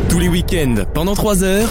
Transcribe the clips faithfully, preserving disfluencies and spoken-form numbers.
Tous les week-ends, pendant trois heures,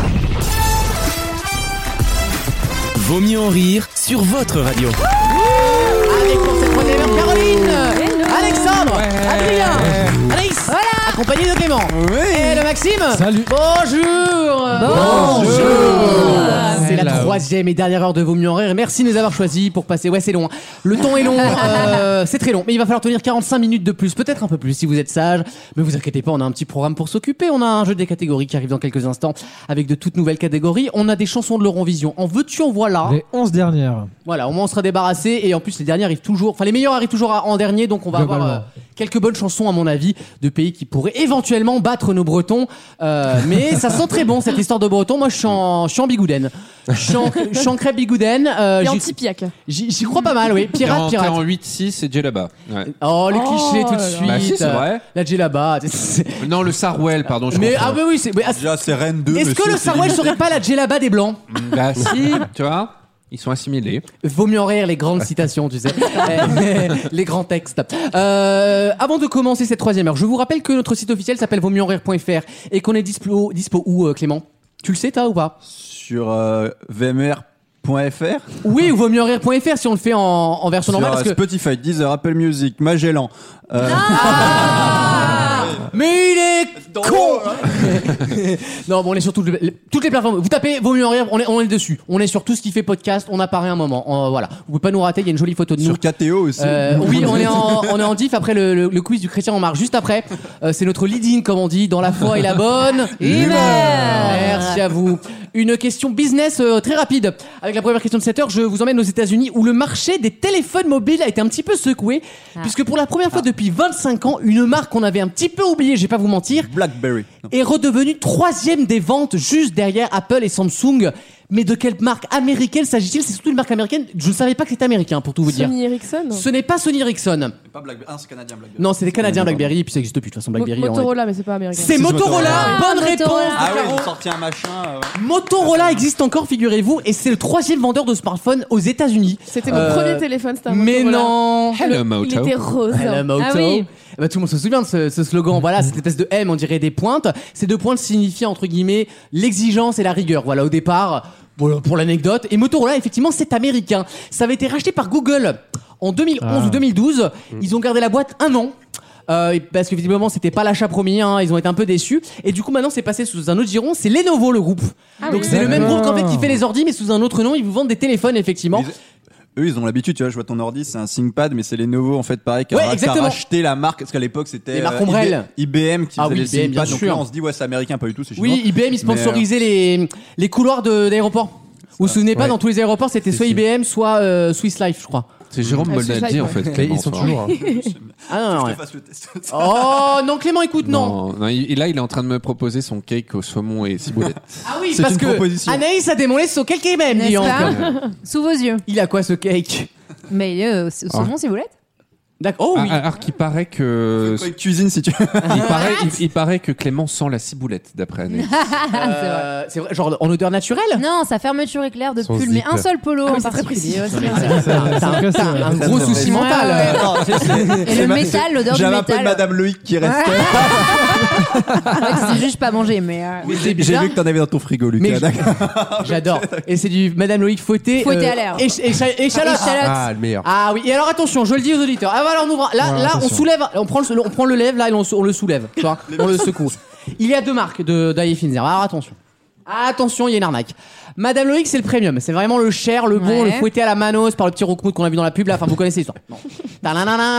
Vaut mieux en rire sur votre radio. Avec pour cette troisième heure, Caroline, Hello. Alexandre, ouais. Adrien, ouais. Anaïs, voilà. Accompagné de Clément. Oui. Et le Maxime. Salut. Bonjour. Bonjour. Bonjour. C'est la troisième et dernière heure de Vaut mieux en rire. Merci de nous avoir choisis pour passer. Ouais, c'est long. Le temps est long. Euh, c'est très long. Mais il va falloir tenir quarante-cinq minutes de plus. Peut-être un peu plus si vous êtes sage. Mais vous inquiétez pas, on a un petit programme pour s'occuper. On a un jeu des catégories qui arrive dans quelques instants avec de toutes nouvelles catégories. On a des chansons de l'Eurovision. En veux-tu, en voilà. Les onze dernières. Voilà, au moins on sera débarrassé. Et en plus, les dernières arrivent toujours. Enfin, les meilleurs arrivent toujours en dernier. Donc on va avoir euh, quelques bonnes chansons, à mon avis, de pays qui pourraient éventuellement battre nos Bretons. Euh, mais ça sent très bon, cette histoire de Breton. Moi, je suis en, je suis en bigouden. Je suis en, je suis en crêpe bigouden. Euh, et anti-piac. J'y, j'y crois pas mal, oui. Pirate, t'es pirate. en huit six et Djellaba. Ouais. Oh, les oh, clichés tout de suite. Bah si, c'est vrai. La Djellaba. Non, le Sarwell, pardon. Je mais comprends. ah, bah oui, c'est. Mais, déjà, c'est Rennes deux. Est-ce que le Sarwell serait pas la Djellaba des Blancs? Bah si, tu vois. Ils sont assimilés. Vaut mieux en rire, les grandes citations, tu sais. Les grands textes. Euh, avant de commencer cette troisième heure, je vous rappelle que notre site officiel s'appelle vaut mieux en rire point f r et qu'on est dispo, dispo où, euh, Clément? Tu le sais, toi, ou pas? Sur euh, v m r point f r. Oui, ou vaut mieux en rire point f r si on le fait en, en version sur normale. Parce que... Spotify, Deezer, Apple Music, Magellan. Euh... Ah mais il est con. Non, bon, on est sur toutes les, toutes les plateformes. Vous tapez Vaut mieux en rire, on est, on est dessus. On est sur tout ce qui fait podcast, on apparaît un moment. On, voilà. Vous pouvez pas nous rater, il y a une jolie photo de nous. Sur K T O aussi. Euh, oui, on est en, on est en diff après le, le, le quiz du Chrétien en marche. Juste après, euh, c'est notre lead-in, comme on dit, dans la foi et la bonne humeur. Merci à vous. Une question business euh, très rapide. Avec la première question de cette heure, je vous emmène aux États-Unis où le marché des téléphones mobiles a été un petit peu secoué. Ah. Puisque pour la première fois ah. depuis vingt-cinq ans, une marque qu'on avait un petit peu oubliée, je vais pas vous mentir, BlackBerry, non. est redevenue troisième des ventes juste derrière Apple et Samsung. Mais de quelle marque américaine s'agit-il? C'est surtout une marque américaine. Je ne savais pas que c'était américain, pour tout vous dire. Sony Ericsson. Ce n'est pas Sony Ericsson. Pas Blackberry. Ah, c'est canadien Blackberry. Non, c'est des Canadiens Blackberry, et puis ça existe plus de toute façon Blackberry. Mo- Motorola, mais c'est pas américain. C'est, c'est Motorola. Motorola. Ah, Bonne Motorola. réponse. Ah oui, ils ont sorti un machin. Euh... Motorola existe encore, figurez-vous, et c'est le troisième vendeur de smartphones aux États-Unis. C'était mon euh... premier téléphone, c'était un mais Motorola. Mais non. Hello Moto. Il était rose. Hello Moto. Ah oui. Bah, tout le monde se souvient de ce, ce slogan. Voilà, cette espèce de M, on dirait des pointes. Ces deux pointes signifient entre guillemets l'exigence et la rigueur. Voilà, au départ. Pour, pour l'anecdote. Et Motorola, effectivement, c'est américain. Ça avait été racheté par Google en deux mille onze ah. ou deux mille douze. Ils ont gardé la boîte un an. Euh, parce que visiblement c'était pas l'achat promis, hein, ils ont été un peu déçus et du coup maintenant c'est passé sous un autre giron, c'est Lenovo le groupe. Ah donc oui. C'est le même groupe qu'en fait qui fait les ordi mais sous un autre nom, ils vous vendent des téléphones effectivement. Eux, ils ont l'habitude, tu vois, je vois ton ordi, c'est un ThinkPad, mais c'est Lenovo, en fait, pareil, qui a, ouais, qui a racheté la marque, parce qu'à l'époque, c'était les marques ombrelles. I B M qui faisait ah oui, les I B M, ThinkPad, bien donc sûr. là, on se dit, ouais, c'est américain, pas du tout, c'est chinois. Oui, I B M, ils sponsorisait euh... les, les couloirs de, d'aéroports. Vous vous souvenez pas, ouais. Dans tous les aéroports, c'était c'est soit I B M, soit euh, Swiss Life, je crois. C'est Jérôme Bolnadji, en fait. Clément, ils sont toujours. Hein. Ah non, non, ouais. Oh non, Clément, écoute, non. non, non il, là, il est en train de me proposer son cake au saumon et ciboulette. Ah oui, c'est parce que proposition. Anaïs a démolé son cake même, dis donc. Sous vos yeux. Il a quoi ce cake? Mais il est euh, au saumon, ah. ciboulette. D'accord. Oh oui. Ah, alors qu'il paraît que. Faut cuisine si tu veux. il, paraît, il, il paraît que Clément sent la ciboulette d'après Anaïs. euh, c'est vrai. Genre en odeur naturelle? Non, sa fermeture éclair de pull, mais un seul polo ah, en particulier. T'as un gros souci mental. Et le métal, l'odeur du métal. J'avais un peu de Madame Loïc qui restait. C'est juste pas manger, mais. J'ai vu que t'en avais dans ton frigo, Lucas. J'adore. Et c'est du Madame Loïc fouetté. Fouetté à l'air. Et chalotte. Ah, le meilleur. Ah oui. Et alors attention, je le dis aux auditeurs. Alors on ouvre. Là, ouais, là, on soulève, on prend le, on prend le lève, là, et on, on le soulève, tu vois, on le secoue. Il y a deux marques de d'Aïe-Finzer. Alors attention, attention, il y a une arnaque. Madame Loïc, c'est le premium, c'est vraiment le cher, le bon, ouais. Le fouetté à la manos par le petit Roukmout qu'on a vu dans la pub là. Enfin, vous connaissez l'histoire. Il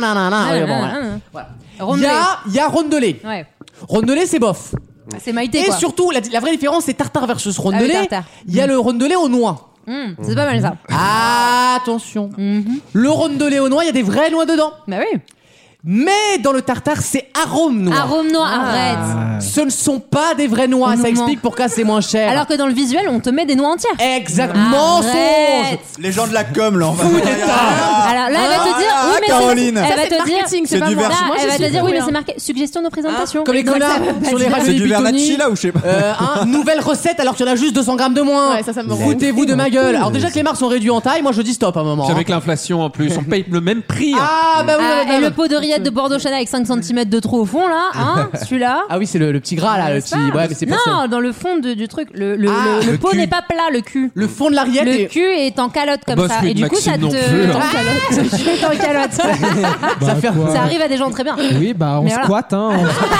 y a, il y a Rondelet. Ouais. Rondelet, c'est bof. C'est Maïté. Et quoi. surtout, la, la vraie différence, c'est tartare versus Rondelet. Ah, oui, tartare. Il y a mmh. le Rondelet aux noix. Mmh, c'est pas mal ça. Attention. Mmh. Le Rondelet aux noix, il y a des vraies noix dedans. Bah oui. Mais dans le tartare, c'est arôme noir. Arôme noir, ah. arrête. Ce ne sont pas des vraies noix. Ça explique pourquoi c'est moins cher. Alors que dans le visuel, on te met des noix entières. Exactement. Mensonge. Les gens de la com, là, on va Fou dire. Alors là, elle va te dire, oui, mais Caroline. Elle va te dire, c'est du verre. Elle va te dire, oui, mais c'est marqué suggestion de présentation. Comme les connards sur les radios. C'est du Vernacci, là, ou je sais pas. Nouvelle recette, alors qu'il y en a juste deux cents grammes de moins. Foutez-vous de ma gueule. Alors déjà que les marques sont réduites en taille, moi je dis stop à un moment. Avec l'inflation en plus, on paye le même prix. Ah bah oui. Et le pot de riz serviette de Bordeaux Chanel avec cinq centimètres de trou au fond, là, hein, celui-là. Ah oui, c'est le, le petit gras là, le N'est-ce petit. pas Ouais, mais c'est pas ça. Non, dans le fond de- du truc. Le, le, Ah, le, le le pot cul. n'est pas plat, le cul. Le fond de l'arrière. Le est- cul est en calotte comme Bah, ça. celui Et de du coup, ça te. Maxime non plus, hein. en calotte. Je suis en calotte. Ça fait- quoi. Ça arrive à des gens très bien. Oui, bah on Mais voilà. squatte, hein.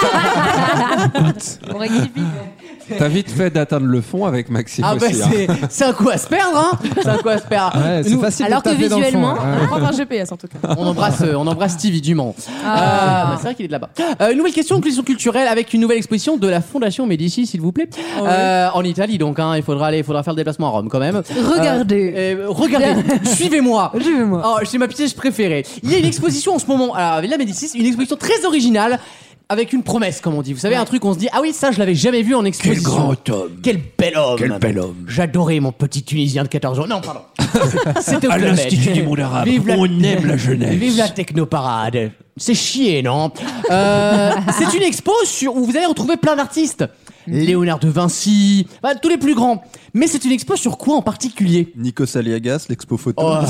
On rectifie. T'as vite fait d'atteindre le fond avec Maxime Ah bah aussi. hein. c'est c'est un coup à se perdre, hein. C'est un coup à se perdre. Ouais, c'est Nous, facile alors de taper que dans le fond, visuellement- hein. On prend un G P S en tout cas. On embrasse, euh, on embrasse Stevie du Mans. Ah. Euh, bah, c'est vrai qu'il est de là-bas. Euh, une nouvelle question, une question culturelle avec une nouvelle exposition de la Fondation Médicis, s'il vous plaît. Euh, en Italie, donc. Hein, il faudra aller, il faudra faire le déplacement à Rome quand même. Regardez. Euh, euh, regardez. Suivez-moi. Suivez-moi. Oh, c'est ma pièce préférée. Il y a une exposition en ce moment à Villa Médicis, une exposition très originale. Avec une promesse, comme on dit. Vous savez, un truc, on se dit, ah oui, ça, je l'avais jamais vu en exposition. Quel grand homme. Quel bel homme. Quel bel homme. J'adorais mon petit Tunisien de quatorze ans. Non, pardon. C'était au À Club l'Institut Med. du monde arabe, Vive la- on aime la jeunesse. Vive la technoparade. C'est chier, non euh, C'est une expo sur, où vous allez retrouver plein d'artistes. Léonard de Vinci, enfin, tous les plus grands. Mais c'est une expo sur quoi en particulier? Nikos Aliagas, l'expo photo. Oh,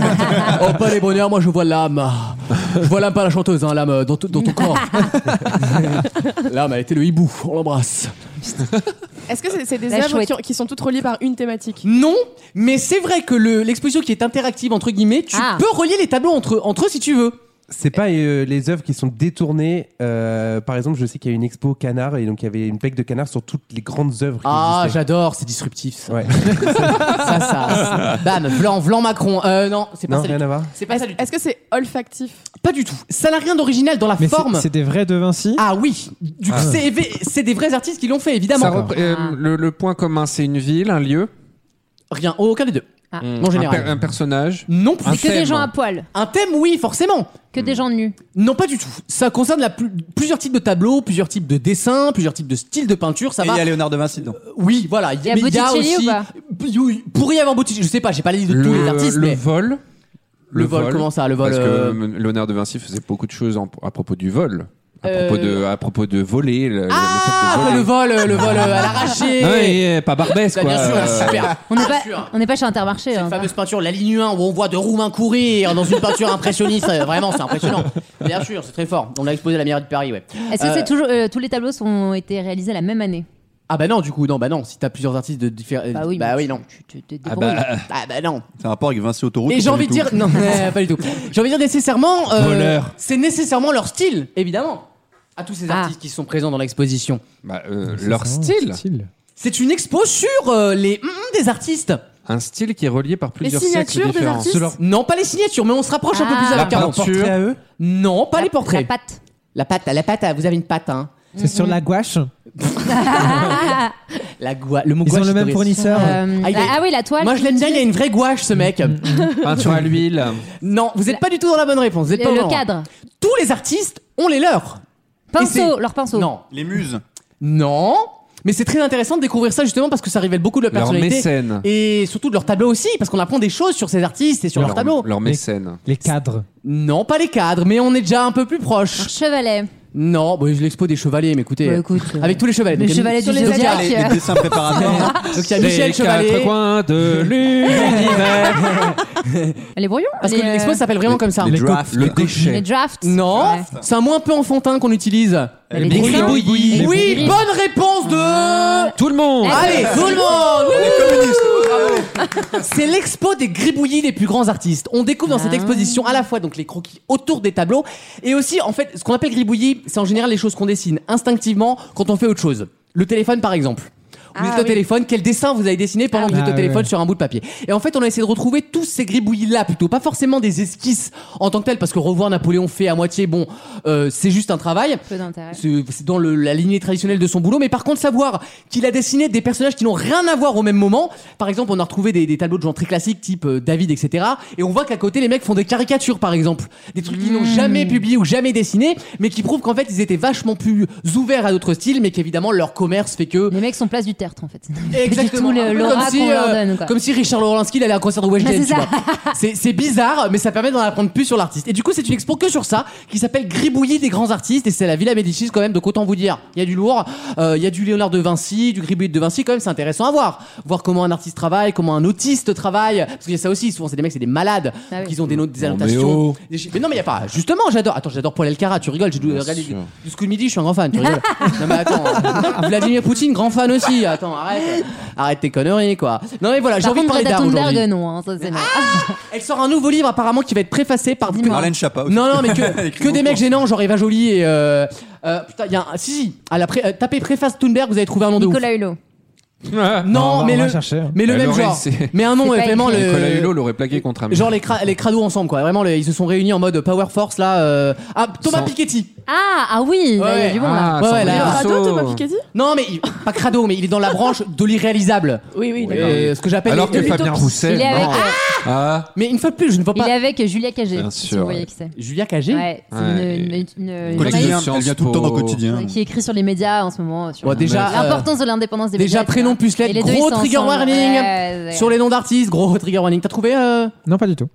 oh, pas les bonheurs, moi je vois l'âme. Je vois l'âme, pas la chanteuse, hein, l'âme dans, t- dans ton corps. L'âme, elle était le hibou, on l'embrasse. Est-ce que c'est c'est des La œuvres chouette. qui, ont- qui sont toutes reliées par une thématique? Non, mais c'est vrai que le- l'exposition qui est interactive, entre guillemets, tu Ah. peux relier les tableaux entre, entre eux si tu veux. C'est pas euh, les œuvres qui sont détournées. euh, par exemple, je sais qu'il y a une expo canard et donc il y avait une plaque de canard sur toutes les grandes œuvres qui Ah, existaient. j'adore, c'est disruptif ça. Ouais. Ça, ça, c'est- bam, Vlan, Vlan Macron. Euh, non, c'est pas Non, ça. du rien tout. à voir. C'est pas ça du tout. Est-ce que c'est olfactif? Pas du tout. Ça n'a rien d'original dans la Mais c'est- forme. c'est des vrais de Vinci. Ah oui, du coup, c'est c'est des vrais artistes qui l'ont fait, évidemment. Ça repré- euh, le, le point commun, c'est une ville, un lieu, Rien, aucun des deux. Ah. En un, général. per- un personnage. Non plus. Un Que des thème. gens à poil. Un thème, oui, forcément. Que des gens nus. Non, pas du tout. Ça concerne la plus- plusieurs types de tableaux, plusieurs types de dessins, plusieurs types de styles de peinture. Ça Et va. il y a Léonard de Vinci dedans. Oui, voilà. Il y a mais Botticelli aussi. ou pas Oui, pourrait y avoir Botticelli. Je sais pas, j'ai pas la liste de tous les artistes, le mais. vol. Le vol, comment ça, le vol, Parce euh, que Léonard de Vinci faisait beaucoup de choses en- à propos du vol. À, Euh, propos, de, à propos de voler. Le, le Ah, fait de le voler. vol, le vol euh, à l'arraché. Ah ouais, pas Barbès, Ça, quoi. bien sûr, Euh, super. On n'est Bien pas, sûr. on n'est pas chez Intermarché. Cette hein, fameuse peinture, la ligne un, où on voit deux Roumains courir dans une peinture impressionniste. euh, Vraiment, c'est impressionnant. Bien sûr, c'est très fort. On l'a exposé à la mairie de Paris, ouais. Est-ce que Euh, c'est toujours euh, tous les tableaux ont été réalisés la même année? Ah bah non, du coup, non, bah non. Si t'as plusieurs artistes de différents. Bah oui, bah mais oui, non. Tu, tu, tu te Ah débrouilles. bah, Ah bah non. C'est un rapport avec Vinci Autoroute. Et ou j'ai pas envie du de tout dire, non, euh, pas du tout. J'ai envie de dire nécessairement, euh, Voleur. c'est nécessairement leur style, évidemment, à tous ces Ah. artistes qui sont présents dans l'exposition. bah, euh, C'est leur ça, style. style. C'est une expo sur euh, les hum, hum des artistes. Un style qui est relié par plusieurs siècles signatures des différents. artistes Sur leur- Non, pas les signatures, mais on se rapproche un peu Ah. plus La avec Carlos. peinture. Portrait à eux. Non, pas La- les portraits. La patte. La pâte, la pâte, vous avez une pâte, hein. C'est sur la gouache. La gouache, le mot Ils gouache. ont le c'est même horrible. fournisseur. Euh, Ah, il la- a- ah oui, la toile. Moi, je l'aime bien, il y a une vraie gouache, ce mec. Peinture à l'huile. Non, vous êtes pas du tout dans la bonne réponse. Vous êtes Le, pas au le bon cadre. Tous les artistes ont les leurs. Et Pinceau, c'est- leur pinceau. Non. Les muses. Non. Mais c'est très intéressant de découvrir ça justement parce que ça révèle beaucoup de leur Leur personnalité. mécène. Et surtout de leur tableau aussi, parce qu'on apprend des choses sur ces artistes et sur leurs Leur, tableaux. leur mécène. Les cadres. Non, pas les cadres, mais on est déjà un peu plus proche. Un chevalet. Non, bon, je l'expo des chevaliers, mais écoutez. Bah, écoute, euh, avec tous les chevaliers. les Donc, il y a- chevaliers sur du les Zodiac. Zodiac. Les, les dessins préparatoires. Donc il y a Michel Les Chevalier. quatre coins de l'univers. Les brouillons. Parce les, que l'expo euh, s'appelle vraiment comme ça. Les co- drafts. Le Les déchet. drafts. Non, Ouais. c'est un mot un peu enfantin qu'on utilise. Les Les dessins. gribouillis. Les Oui, gribouillis. bonne réponse de. Tout le monde. Allez, tout le monde. Bravo. C'est l'expo des gribouillis des plus grands artistes. On découvre dans cette Ah. exposition à la fois donc les croquis autour des tableaux et aussi en fait ce qu'on appelle gribouillis, c'est en général les choses qu'on dessine instinctivement quand on fait autre chose. Le téléphone par exemple. Vous Ah êtes au oui. téléphone, quel dessin vous avez dessiné pendant que vous Ah êtes au ouais, téléphone ouais. sur un bout de papier. Et en fait, on a essayé de retrouver tous ces gribouillis-là, plutôt pas forcément des esquisses en tant que telles, parce que revoir Napoléon fait à moitié, bon, euh, c'est juste un travail. Peu d'intérêt. C'est c'est dans le- la lignée traditionnelle de son boulot, mais par contre savoir qu'il a dessiné des personnages qui n'ont rien à voir au même moment. Par exemple, on a retrouvé des, des tableaux de gens très classiques, type euh, David, et cetera. Et on voit qu'à côté, les mecs font des caricatures, par exemple, des trucs qu'ils n'ont jamais publiés ou jamais dessinés, mais qui prouvent qu'en fait, ils étaient vachement plus ouverts à d'autres styles, mais qu'évidemment leur commerce fait que Les mecs sont place du tertre en fait. Exactement. Tout le- Un peu l'aura comme si, qu'on leur euh, donne, quoi. Comme si Richard Lawrence il allait à un concert de Ah, Weshden, c'est tu ça. vois. C'est, c'est bizarre, mais ça permet d'en apprendre plus sur l'artiste. Et du coup, c'est une expo que sur ça, qui s'appelle Gribouillis des grands artistes, et c'est la Villa Médicis quand même. Donc autant vous dire, il y a du lourd, euh, il y a du Léonard de Vinci, du Gribouillis de Vinci. Quand même, c'est intéressant à voir. Voir comment un artiste travaille, comment un autiste travaille. Parce qu'il y a ça aussi. Souvent, c'est des mecs, c'est des malades, Ah oui. qui ont des notes, des Non, mais annotations. oh. Des chi- Mais non, mais il y a pas. Justement, j'adore. Attends, j'adore Paul Elkarat. Tu rigoles. J'ai dû regarder du, sûr. du School Midi. Je suis un grand fan. Tu rigoles. Non mais attends. Vladimir Poutine, grand fan aussi. Attends, arrête. Arrête tes conneries, quoi. Non mais voilà, j'ai Par envie de contre, parler Greta d'art Thunberg, aujourd'hui. non, hein, ça c'est mal. Elle sort un nouveau livre apparemment qui va être préfacé par Dis-moi. Marlène Schiappa aussi. non non mais que, Elle écrit que des beaucoup. mecs gênants genre Eva Jolie et euh, euh, putain il y a un si si à la pré- euh, tapez préface Thunberg vous allez trouver un nom de ouf. Nicolas Hulot. Non on va- mais on va le chercher. mais le Elle même aurait genre. essayé. Mais un nom C'est euh, pas vraiment écrit. le Nicolas Hulot l'aurait plaqué contre un genre les cra- les crados ensemble quoi. Vraiment les- ils se sont réunis en mode Power Force là euh... ah Thomas Sans- Piketty. Ah, ah oui, là, il y a Ouais. du bon là. Ah, Ouais, ouais, Sandrine là. Rousseau. Crado, Thomas Piketty. Non mais il- pas crado mais il est dans la branche de l'irréalisable. Oui, oui, d'accord. Euh, ce que j'appelle Alors que les- Fabien Roussel. Il est avec, non. euh, Ah, Mais une fois de plus je ne vois il est pas avec Julia Cagé. Bien si sûr, vous voyez ouais. qui c'est. Julia Cagé. Ouais, c'est Ouais. une, une, une, une Quotidien, journaliste elle vient tout le temps dans Po. Quotidien. qui écrit sur les médias en ce moment sur Bon, déjà, l'importance de l'indépendance des déjà médias. prénom plus lettre, Et les deux, gros ils sont trigger ensemble. warning Ouais, ouais, sur les noms d'artistes, gros trigger warning. T'as trouvé euh... Non, pas du tout.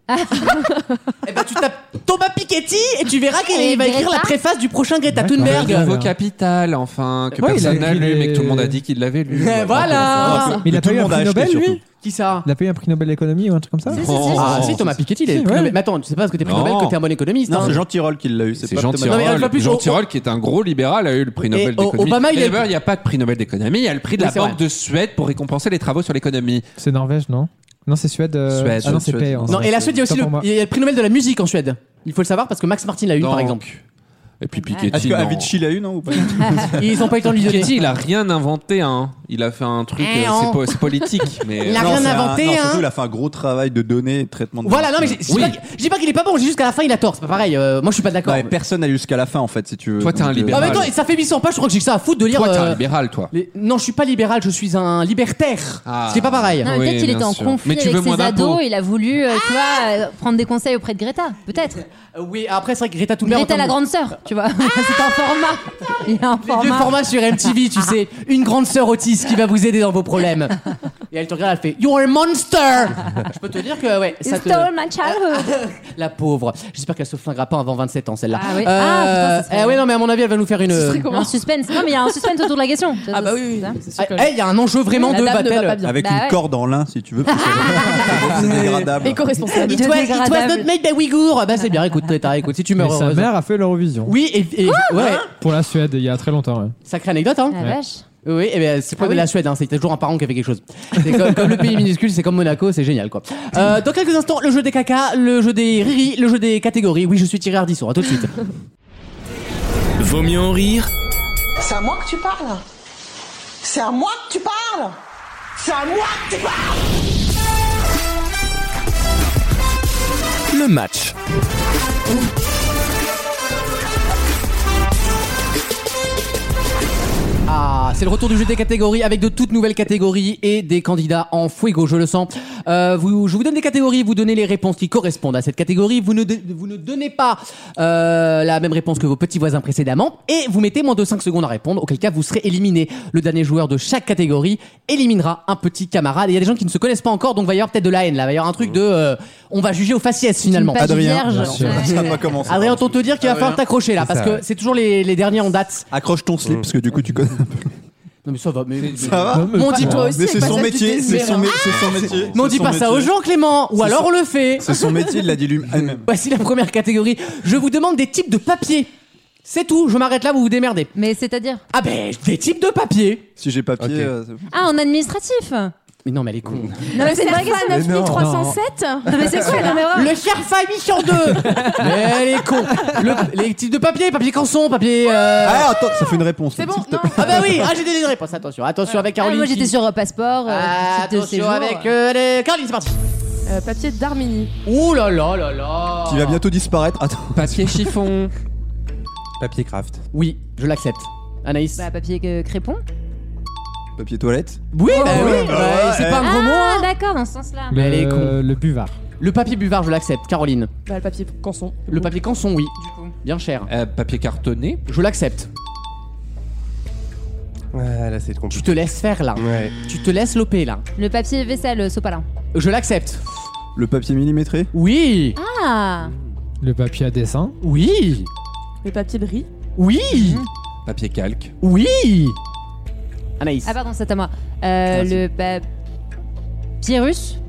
Eh ben tu tapes Thomas Piketty et tu verras qu'il Et va écrire Greta la préface du prochain Greta D'accord. le Thunberg. Berg. nouveau Capital, enfin, que Ouais, il a personne n'a écrit lu, les- mais que tout le monde a dit qu'il l'avait lu. Voilà. Mais il a tout pas le eu un monde a prix acheté, Nobel, lui surtout. Qui ça? Il a pas eu un prix Nobel d'économie ou un truc comme ça Si, si, si, Ah si. si Thomas Piketty il a eu Si, le prix ouais. Nobel. Mais attends, tu sais pas parce que t'es prix Non. Nobel que t'es un bon économiste. Non, hein. c'est Jean Tirole qui l'a eu. C'est pas Jean Thomas- Non, mais Tirole. une fois plus, Jean au- Tirole, qui est un gros libéral, a eu le prix Nobel au- d'économie. Obama, il Et a eu- d'abord, il n'y a pas de prix Nobel d'économie, il y a le prix de Oui, la c'est Banque vrai. de Suède pour récompenser les travaux sur l'économie. C'est Norvège, non? Non, c'est Suède. euh, Suède, Ah non, c'est Suède. Pays. Non, et la Suède, il y a aussi Autant le, pour moi. il y a le prix Nobel de la musique en Suède. Il faut le savoir parce que Max Martin l'a eu par Donc, exemple. Et puis Est-ce Piketty, que non. Avicii l'a eu, non ou pas? Ils ont pas eu le temps de lui donner. Piketty, il a rien inventé, hein. Il a fait un truc, Eh, euh, oh. c'est po- c'est politique, mais. Il a Non, rien c'est un- inventé, non, hein. Surtout, il a fait un gros travail de données, de traitement de. Voilà, non mais j'ai- je dis Oui. pas qu'il- je dis pas qu'il est pas bon, j'ai juste qu'à la fin il a tort, c'est pas pareil. Euh, moi je suis pas d'accord. Ouais, personne n'a lu jusqu'à la fin, en fait, si tu veux. Toi, t'es un Donc, euh, Ah, libéral. mais toi, ça fait huit cents pages, je crois que j'ai que ça à foutre de lire. Toi, t'es un euh, libéral, toi. les- Non, je suis pas libéral, je suis un libertaire. Ah. Ce qui est pas pareil. Non, mais Oui, peut-être qu'il bien était en sûr. conflit Mais tu avec veux moins ses d'impôts. ados, il a voulu, euh, tu vois, euh, prendre des conseils auprès de Greta, peut-être. Euh, oui, après c'est vrai que Greta Thunberg. Greta en la termes de- grande sœur, tu vois. C'est un format. Il y a un Les vieux format. formats sur M T V, tu sais, une grande sœur autiste qui va vous aider dans vos problèmes. Et elle te regarde, elle fait You're a monster. Je peux te dire que ouais, You ça te. stole my childhood. La pauvre. J'espère qu'elle se flinguera pas avant vingt-sept ans celle-là. Ah oui. Euh, Ah, putain, ça serait- eh ouais non mais à mon avis elle va nous faire une. Ce serait Il y a comment un suspense. Non, mais il y a un suspense autour de la question. Ah bah oui, oui. Ça. c'est sûr Ah, que- eh, il y a un enjeu vraiment La de dame ne va va-t-elle. pas bien. Avec Bah une ouais. corde en lin, si tu veux. parce que c'est- C'est dégradable. Éco-responsable. It was, it was Biodégradable. not made by Ouïghour. Bah c'est bien, écoute, Greta, écoute, si tu Mais meurs sa heureuse. mère a fait l'Eurovision. Oui, et, et- ouais, Pour la Suède, il y a très longtemps. Ouais. sacrée anecdote, hein. La Ouais. vache. Oui, et ben, c'est pas Ah de oui. la Suède, hein. C'était toujours un parent qui avait quelque chose. C'est comme, comme le pays minuscule, c'est comme Monaco, c'est génial, quoi. Euh, dans quelques instants, le jeu des caca, le jeu des riri, le jeu des catégories. Oui, je suis Thierry Ardisson. À tout de suite. Vaut mieux en rire C'est à moi que tu parles. C'est à moi que tu parles. C'est à moi que tu parles. le match. Ah, c'est le retour du jeu des catégories avec de toutes nouvelles catégories et des candidats en fuego, je le sens. Euh, vous, je vous donne des catégories, vous donnez les réponses qui correspondent à cette catégorie. Vous ne, de- vous ne donnez pas euh, la même réponse que vos petits voisins précédemment et vous mettez moins de cinq secondes à répondre, auquel cas vous serez éliminé. Le dernier joueur de chaque catégorie éliminera un petit camarade. Et il y a des gens qui ne se connaissent pas encore, donc il va y avoir peut-être de la haine là. Il va y avoir un truc de... euh, on va juger au faciès finalement. Une page Adrien, vierge. bien sûr. Ouais. Ça va commencer. Adrien, on te dire qu'il va Adrien. falloir t'accrocher là, C'est parce ça, que ouais. c'est toujours les, les derniers en date. Accroche ton slip, parce que du coup, tu connais un peu. Non mais ça va, mais... Ça va? Non, mais Mon pas- dit- Toi aussi, Mais c'est avec son Pascal métier, Duté, c'est c'est son, vrai. mé- c'est son métier. Mais on c'est dit son pas ça métier. aux gens, Clément. Ou C'est alors son- on le fait. C'est son métier, il l'a dit lui-même. Voici la première catégorie. Je vous demande des types de papier. C'est tout. Je m'arrête là, vous vous démerdez. Mais c'est-à-dire Ah ben, des types de papier. Si j'ai papier. Ok. euh, c'est bon. Ah, en administratif. Non, Mais non, mais elle est con. mais c'est une vraie question. Mais non. neuf trois cent sept. Non, mais c'est quoi Non, mais vraiment. Le Sherfa huit cent deux. Mais elle est con. Le- les types de papier, papier canson, papier. euh, Ah, attends, ça fait une réponse. C'est là, bon, s'il te non. plaît. Ah bah oui. Ah j'ai donné une réponse. Attention, attention avec Ah, Caroline. moi qui- j'étais sur euh, passeport. euh, Ah, titre de attention séjour. avec euh, les... Caroline, c'est parti. Euh, Papier d'Arménie. Ouh là là là là. Qui va bientôt disparaître. Attends. Papier chiffon. Papier craft. Oui, je l'accepte. Anaïs. Bah, papier euh, crépon. Papier toilette. Oui, bah oui. ouais, bah, ouais, c'est ouais. pas un gros mot. Ah, Hein. d'accord, dans ce sens-là. Le, Elle est con. le buvard. Le papier buvard, je l'accepte. Caroline. Bah, le papier canson. Le papier canson, oui. Bien cher. Euh, papier cartonné. Je l'accepte. Ah, là, c'est Tu compliqué. te laisses faire là. Ouais. Tu te laisses loper là. Le papier vaisselle, euh, sopalin. Je l'accepte. Le papier millimétré. Oui. Ah. Le papier à dessin. Oui. Le papier de riz. Oui. Papier calque. Oui. Anaïs. Ah pardon, c'est à moi. Euh, le papier russe.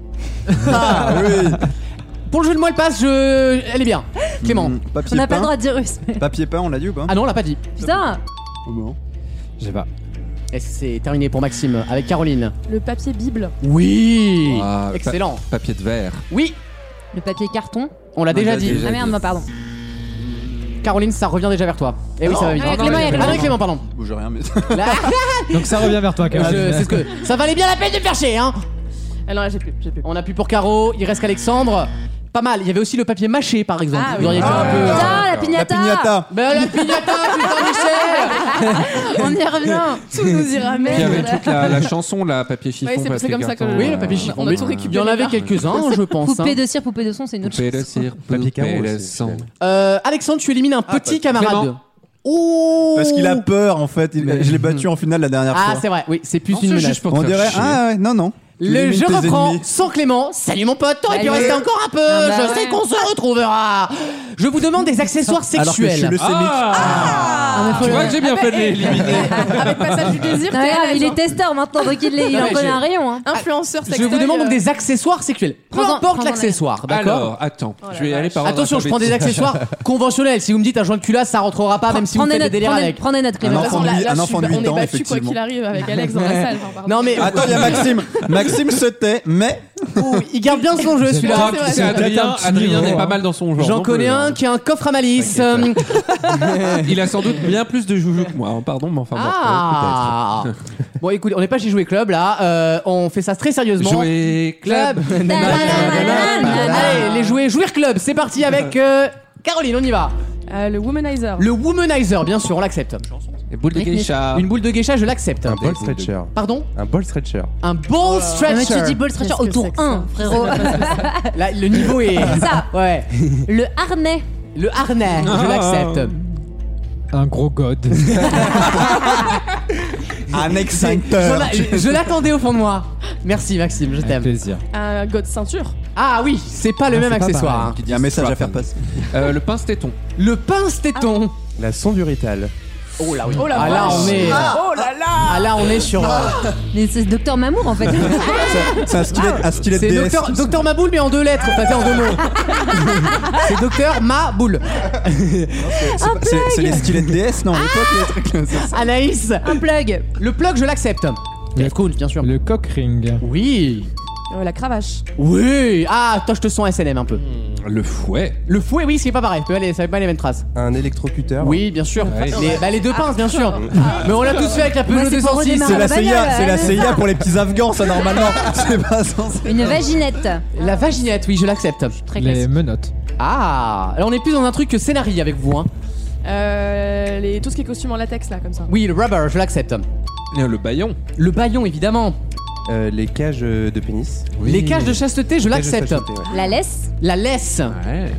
Ah oui. Pour le jeu de moi, elle passe, je... elle est bien. Clément. Mm, On papier n'a pas le peint. droit de dire russe. mais- Papier peint, on l'a dit ou pas? Ah non, on l'a pas dit. Putain. Oh, bon. Je sais pas. Et c'est terminé pour Maxime avec Caroline. Le papier bible. Oui. Ah, Excellent. pa- papier de verre. Oui. Le papier carton. On l'a déjà l'a dit. déjà Ah merde, dit. non, pardon. Caroline, ça revient déjà vers toi. Et oui, ça va vite. Ah, Clément, il y a Ah Clément. non, Clément, pardon. Bouge rien, mais. Là, Donc ça revient vers toi, je- Caroline. c'est ce que ça valait bien la peine de me faire chier, hein. Ah non, là j'ai plus, j'ai plus. On a plus pour Caro, il reste qu'Alexandre. Pas mal. Il y avait aussi le papier mâché, par exemple. Ah Vous oui. auriez pu Ah un ouais. peu. Putain, la La pignata. pignata. Ben la pignata, putain Michel. On y revient. Tout nous ira Il y avait merde. toute la, la chanson, là, papier chiffon. Ouais, c'est- papier c'est comme ça que- carton. Oui, le papier chiffon. On a mais tout il y récupéré en avait là. quelques-uns, je pense. Poupée hein. de cire, poupée de son, c'est une autre Poupée de chose. cire, Papier poupée carreau de aussi, sang. Euh, Alexandre, tu élimines un petit pas- camarade. Clément. Oh. Parce qu'il a peur en fait. Il- Je l'ai battu en finale la dernière Ah, fois. c'est vrai. Oui, c'est plus Non, une c'est menace. juste pour te On faire dirait. chier. Ah ouais, non, non. Tu Le élimines jeu tes reprend ennemis. sans Clément. Salut mon pote, t'aurais pu Salut. rester encore un peu. Ah bah je sais ouais. qu'on se retrouvera. Je vous demande des accessoires Alors que je suis sexuels. leucémique. Ah, Tu vois que j'ai bien fait de l'éliminer. Avec passage du désir, Non, t'es mais à grave, l'aise, il est hein. testeur maintenant, donc il, est- il Non, en mais connaît j'ai- un rayon. Hein. Influenceur Je sextoy. vous demande donc euh, des accessoires sexuels. Peu Prends-en- importe prends-en l'accessoire, d'accord. Alors, attends, Oh la je vais y aller vache. par ordre Attention, je prends des alphabétique. accessoires conventionnels. Si vous me dites un joint de culasse, ça rentrera pas, même si vous Prends des faites des notes, délires prends des- avec. prends des notes, Un Clément. De toute enfant façon, de huit- là, un là, enfant je de suis- huit on ans, est battu quoi effectivement. qu'il arrive avec Alex dans la salle. enfin, pardon. Non mais Attends, il y a Maxime. Maxime se tait, mais. Ouh, il garde bien son jeu celui-là. Toi, tu sais, Adrien, Adrien n'est pas mal dans son genre. J'en non connais plus, un hein. qui a un coffre à malice. T'inquiète Euh, Il a sans doute bien plus de joujoux que moi, hein, pardon, mais enfin bon, Ah. Bon, écoute, on n'est pas chez Jouer Club là. Euh, on fait ça très sérieusement. peut-être. Jouer club. Allez, les jouets Jouir Club. C'est parti avec euh, Caroline. On y va. Euh, Le womanizer. Le womanizer, bien sûr, on l'accepte. Les boules de geisha. Une boule de geisha, je l'accepte. Un ball stretcher. Pardon. Un ball stretcher. Un ball Non, mais stretcher. tu dis ball stretcher Qu'est-ce au que tour c'est que un, frérot. Là, le niveau est. Ça. Ouais. Le harnais. Le harnais, je l'accepte. Un gros god. Un J'en extincteur. a- Je l'attendais au fond de moi. Merci Maxime, je Avec t'aime. plaisir. Un god ceinture. Ah oui, c'est pas le Ah, même c'est pas accessoire. pareil. hein. Il y a un message à faire passer. Euh, le pince-téton. Le pince-téton. La sonde urétale. Oh là oui. Oh la ah là vache. on est. Oh là là. Ah là on est sur. euh, Mais c'est Docteur Mamour en fait. C'est un stylet, un stylet de C'est D S. docteur, docteur Maboule mais en deux lettres, enfin en deux mots. C'est docteur Maboule. C'est- C'est les stylets de D S, non, à l'époque, les trucs comme ça. Anaïs. Un plug. Le plug je l'accepte. Le- Cool, bien sûr. Le cock ring. Oui. Euh, La cravache. Oui. Ah, toi je te sens S N M un peu. Le fouet. Le fouet, oui, c'est pas pareil. Ça va pas les mêmes traces. Un électrocuteur. Oui, bien sûr. Ouais. Les, bah, les deux pinces, bien sûr. Mais on l'a tous fait avec la Moi, Peugeot c'est pour deux cent six. redémarrer. C'est la la C I A, bagnole, c'est la elle C I A pour les petits Afghans, ça normalement. C'est pas censé. Une vaginette. La vaginette, oui, je l'accepte. Très Les classique. menottes. Ah, alors on est plus dans un truc que scénario avec vous, hein. Euh, les... Tout ce qui est costume en latex là, comme ça. Oui, le rubber, je l'accepte. Et Le baillon. Le baillon, évidemment. Euh, les cages euh, de pénis. Les cages de chasteté, je Cages de l'accepte. chasteté, ouais. La laisse. La laisse. Ouais.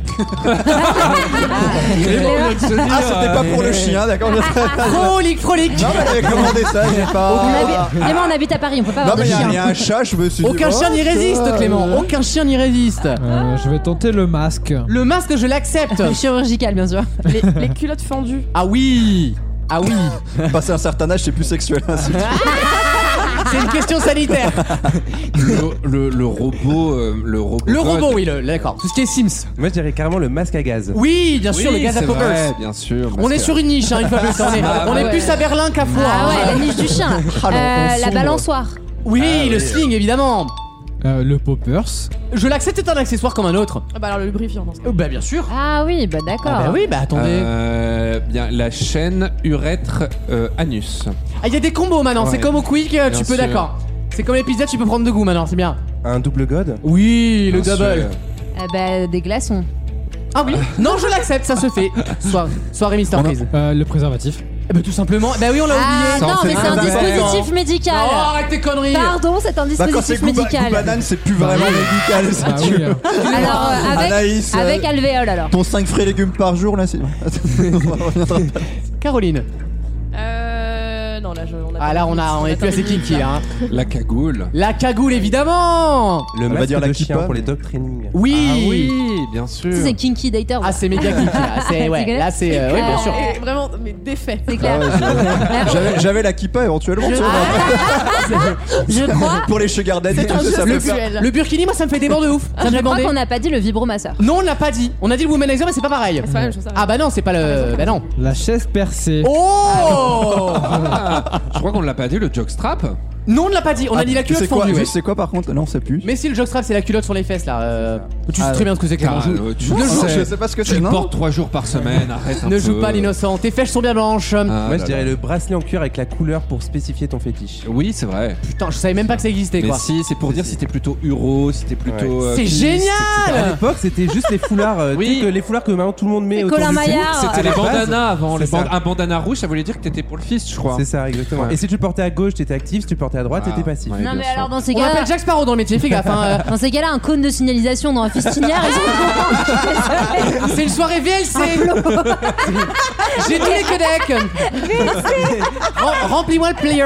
Ah, c'était pas pour le chien, d'accord. Frolic, frolic. Non, mais j'avais commandé ça, j'ai On pas. habite... Clément, on habite à Paris, on peut pas Non, avoir mais de il y, a- chien. il y a un chat, je me suis dit. Aucun oh, chien n'y résiste, ça, Clément. euh, Aucun chien n'y résiste. Euh, je vais tenter le masque. Le masque, je l'accepte. Chirurgical, bien sûr. Les, les culottes fendues. Ah oui. Ah oui. Passé un certain âge, c'est plus sexuel. hein, c'est- C'est une question sanitaire. Le, le, le robot. euh, le robot. Le God. robot, oui, le- d'accord. Tout ce qui est Sims. Moi, je dirais carrément le masque à gaz. Oui, bien sûr, Oui, le gaz à c'est poppers. vrai, bien sûr. On est sur une niche, hein, une fois plus. On est, Ah, on est ouais. plus à Berlin qu'à Foire. Ah ouais, hein. la niche du chien. Ah, le- Euh, on la sombre. balançoire. Oui, Ah, le oui. sling, évidemment. Euh, le poppers. Je l'accepte, c'est un accessoire comme un autre. Ah bah alors le lubrifiant dans ce cas. Oh, bah bien sûr. Ah oui, bah d'accord. Ah bah oui, bah attendez. Euh, bien, la chaîne urètre euh, anus. Ah, il y a des combos maintenant, Ouais. c'est comme au Quick, euh, tu Bien peux, sûr. d'accord. C'est comme les pizzas, tu peux prendre de goût maintenant, c'est bien. Un double god. Oui, le Bien double. sûr. Euh, bah des glaçons. Ah oui. Non, je l'accepte, ça se fait. Soir- soirée Mister Freeze. Euh, le préservatif. Eh bah tout simplement. Bah oui, on l'a Ah oublié. non, Ça, mais c'est c'est un un dispositif Non, médical. arrête tes conneries. Pardon, c'est un Bah, quand c'est dispositif goût, ba- goût médical. banane, c'est plus vraiment médical. si Ah tu oui. veux. euh, Alors euh, avec Anaïs, euh, avec alvéole alors. Ton cinq fruits et légumes par jour, là, c'est. On reviendra pas. Caroline. Euh... Non, là. Je, on a Ah pas là, de on, a, limite, on est plus pas de assez limite, kinky, là. hein. La cagoule. La cagoule, évidemment. Le va masque dire la de kippa, chien pour les mais- dog training. Oui. Ah oui, bien sûr. Ça, c'est Kinky Dater. Ah, c'est méga kinky, là. C'est, ouais, clair. là, c'est... euh, oui, bien sûr. Et vraiment, mais défait. C'est clair. J'avais, j'avais la kippa éventuellement. tu vois, Je crois, pour les sugar daddy, C'est un tout jeu ça, ça peut faire. sexuel. Le burkini, moi, ça me fait des bords de ouf. Ça me je fait crois bander. qu'on n'a pas dit le vibromasseur. Non, on l'a pas dit. On a dit le womanizer, mais c'est pas pareil. C'est pas la même chose. ça. Ah bah non, c'est pas le... Bah non. La chaise percée. Oh. Ah, je crois qu'on l'a pas dit, le jockstrap. Non, on ne l'a pas dit. On a dit la culotte C'est quoi, fendue. ouais. c'est quoi par contre? Non, c'est plus. Mais si, le jockstrap, c'est la culotte sur les fesses, là. euh, Tu sais Ah, très bien ce que c'est que Car, ça. euh, tu Ne le joue- sais. Je sais pas ce que Tu c'est, le non? portes trois jours par semaine, arrête un Ne peu. joue pas l'innocent. Tes fesses sont bien blanches. Ah, Moi, là, je dirais là. le bracelet en cuir avec la couleur pour spécifier ton fétiche. Oui, c'est vrai. Putain, je savais même pas que ça existait, Mais quoi. si, c'est pour dire si t'es plutôt uro, si t'es plutôt. euh, C'est piste, génial. À et cetera. l'époque, c'était juste les foulards, euh, Oui. tu sais que les foulards que maintenant tout le monde met Les autour du Colin cou. Maillard. C'était à les la base, bandanas avant. c'est Les band- ça. Un bandana rouge, ça voulait dire que t'étais pour le fist, je crois. C'est ça, exactement. Ouais. Et si tu le portais à gauche, t'étais actif. Si tu le portais à droite, Ah, t'étais passif. ouais. Non, bien mais sûr. alors dans ces On cas-là. appelle Jack Sparrow dans le métier, fais gaffe. Hein. Dans ces cas-là, un cône de signalisation dans un fistinière, ils sont C'est une soirée V L C. J'ai tous les codecs. Rem- Remplis-moi le player.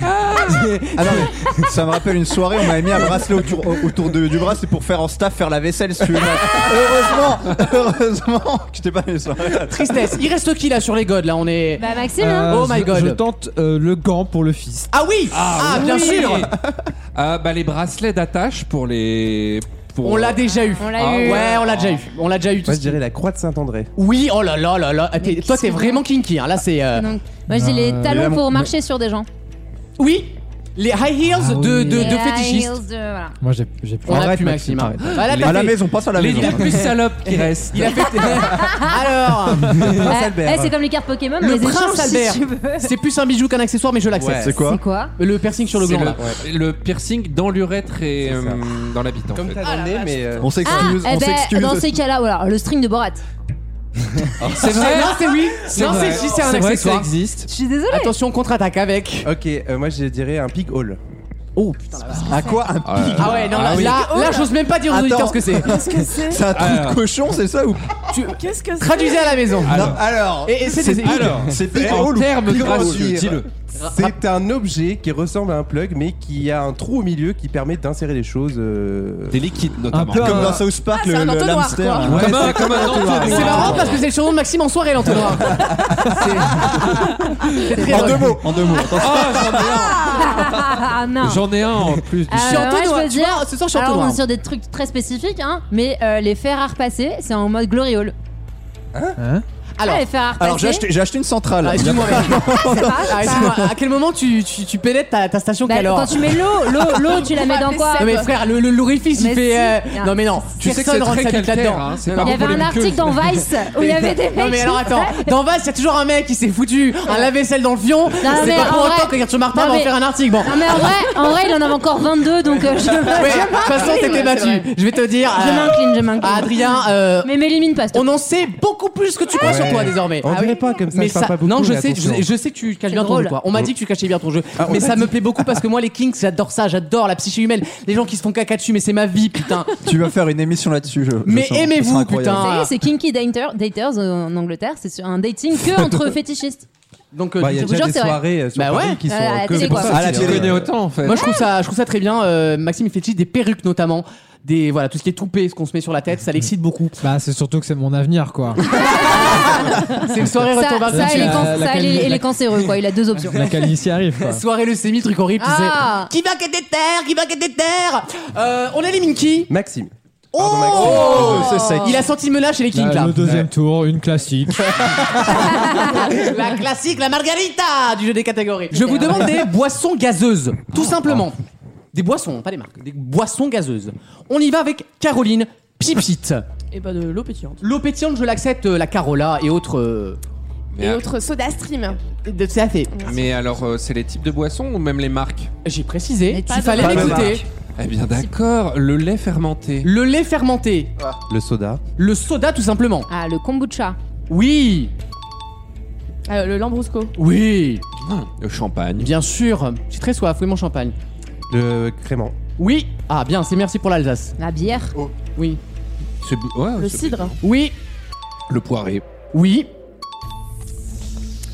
Ah non, mais ça me rappelle une soirée, on m'avait mis un bracelet autour, autour de- du bras, c'est pour faire en staff faire la vaisselle si tu veux. Heureusement, heureusement que j'étais pas les soirées. Tristesse. Il reste qui là sur les godes là? On est. Bah, Maxime, hein. Oh my je- God. Je tente euh, le gant pour le fist. Ah oui. Ah, bien oui. sûr. Ah, bah, les bracelets d'attache pour les. Pour... On l'a déjà eu. On l'a Ah eu. Ouais, on l'a déjà eu. On l'a déjà eu. tout Moi, ce je dirais la croix de Saint-André. Oui, oh là là là là. T'es- Toi, t'es vraiment kinky. Hein. Là, c'est. euh, Donc, moi, j'ai les Euh, talons mais là, pour mon- marcher sur des gens. Oui, les high heels Ah de, oui. de, de Les high fétichistes. heels de- voilà. Moi, j'ai j'ai plus. On a Arrête, pu Maxime. Maxime, hein. arrête. Ah, là, Les- t'as À la fait- maison, passe à la Les maison. deux plus salopes qui restent. Il a fait. Alors, Eh, Albert. eh, c'est comme les cartes Pokémon, on le les prince échange Albert. si tu veux. C'est plus un bijou qu'un accessoire, mais je l'accepte. Ouais. C'est quoi? C'est quoi? Le piercing sur le C'est gland là. le, le piercing dans l'urètre et C'est ça. euh, dans la bite en Comme fait. t'as Ah, dans le la nez, mais. euh, On Ah, s'excuse, eh on ben, s'excuse. dans ces cas-là, voilà, le string de Borat. C'est Non, c'est oui. Non, vrai. c'est si, c'est un vrai que ça accessoire. existe. Je suis désolée. Attention, contre-attaque avec. Ok, euh, moi, je dirais un pig hole. Oh putain la vache. À quoi? Un Ah, pig? Ah ouais, non, là, Ah oui. là, là, j'ose même pas dire aux Attends. auditeurs ce que c'est. Qu'est-ce que c'est C'est un trou Alors. de cochon, c'est ça ou? Qu'est-ce que c'est Traduisez à la maison. Alors. Non, alors. Et, et c'est des Alors, C'est pig en hole ou termes pig hole? gracieux, dis-le. C'est un objet qui ressemble à un plug, mais qui a un trou au milieu qui permet d'insérer les choses. euh, Des liquides notamment. Un peu Comme un- dans South Park, Ah, c'est le, un le entonnoir, hamster. quoi. là. Ouais, Comme un, c'est comme un entonnoir. C'est marrant parce que c'est le surnom de Maxime en soirée, l'entonnoir. C'est c'est très En drôle. deux mots, en deux mots. Attention. Ah non. J'en ai un en plus. du Euh, Je suis moi, entonnoir, je veux tu dire, vois, ce soir, je suis alors on entonnoir. est sur des trucs très spécifiques, hein, mais euh, les fers à repasser, c'est en mode gloriole. Hein Alors, Ah, les fers à repasser. Alors j'ai acheté, j'ai acheté une centrale. ah, excuse-moi, mais- Ah, excuse-moi, à quel moment tu, tu, tu pénètres ta, ta station Bah, Calor? quand tu mets l'eau, l'eau, l'eau, tu la mets dans quoi? Non mais frère, le, le l'orifice il Mais fait. si. euh, Non mais non, Tu sais que personne c'est rentre très sa bite calcaire, là-dedans. hein, c'est Non, pas non. Il y avait un molécules. article dans Vice où il y avait des mecs. Non mais alors qui- attends, dans Vice, il y a toujours un mec qui s'est foutu un lave-vaisselle dans le fion. C'est mais pas en pour vrai- autant que Gertrude Martin Non, va en mais- faire un article. Bon. Non mais en vrai, en vrai, il en avait encore vingt-deux, donc euh, je, Ouais, de toute façon, t'étais battu. Je vais te dire. je euh, m'incline, je m'incline. Adrien, euh, Mais m'élimine pas, s'il te on plaît. en sait beaucoup plus que tu crois sur toi désormais. On dirait pas comme ça, Mais je parle ça, pas beaucoup. non, je mais sais, je, attention. je sais que tu caches C'est bien ton drôle. jeu, quoi. On m'a dit que tu cachais bien ton jeu, Ah, on mais l'a ça dit. me plaît beaucoup parce que moi, les kinks, j'adore ça, j'adore la psyché humaine, les gens qui se font caca dessus, mais c'est ma vie, putain. Tu vas faire une émission là-dessus. je- je Mais sens. aimez-vous, Ce sera incroyable. putain. Ça y est, c'est Kinky Dater- Daters euh, en Angleterre, c'est sur un dating que entre fétichistes. Donc, euh, Bah, il y a du- vous déjà jure, des c'est vrai. soirées euh, sur Bah Paris ouais. qui sont À la que télé, pour quoi. ça. À la tu Tu télé. connais autant en fait. Moi je trouve ça, je trouve ça très bien. Euh, Maxime il fétiche des perruques notamment, des voilà tout ce qui est toupé, ce qu'on se met sur la tête, ça l'excite beaucoup. Bah, c'est surtout que c'est mon avenir, quoi. C'est une soirée Ça, retour vers le ça, futur. il est, can- La- la ça, il est- quali- il la- est cancéreux, quoi. Il a deux options. La calvitie arrive, quoi. Soirée leucémie, truc horrible, tu Ah. sais. Qui va quitter terre, qui va quitter terre. Euh, on élimine qui? Maxime. Oh, Pardon, Maxime. Oh, c'est sec. Il a senti me lâcher les kinks Là, là. le deuxième tour, une classique. La classique, la margarita du jeu des catégories. Je vous demande des boissons gazeuses, tout simplement. Des boissons, pas des marques, des boissons gazeuses. On y va avec Caroline Pipite. Et bah de l'eau pétillante. L'eau pétillante, je l'accepte, euh, la Carola et autres. euh, Mais, Et a- autre soda stream. de- C'est à fait. mais alors, euh, c'est les types de boissons ou même les marques? J'ai précisé, Mais il pas de fallait marque. m'écouter. Eh bien d'accord, le lait fermenté. Le lait fermenté, Le soda. le soda tout simplement. Ah, le kombucha. Oui, Ah, le lambrusco. oui, Ah, le champagne. bien sûr. J'ai très soif, oui mon champagne. Le crément. Oui, ah bien, c'est merci pour l'Alsace. La bière. Oui, C'est bu- ouais, Le c'est- cidre. oui, Le poiré. oui.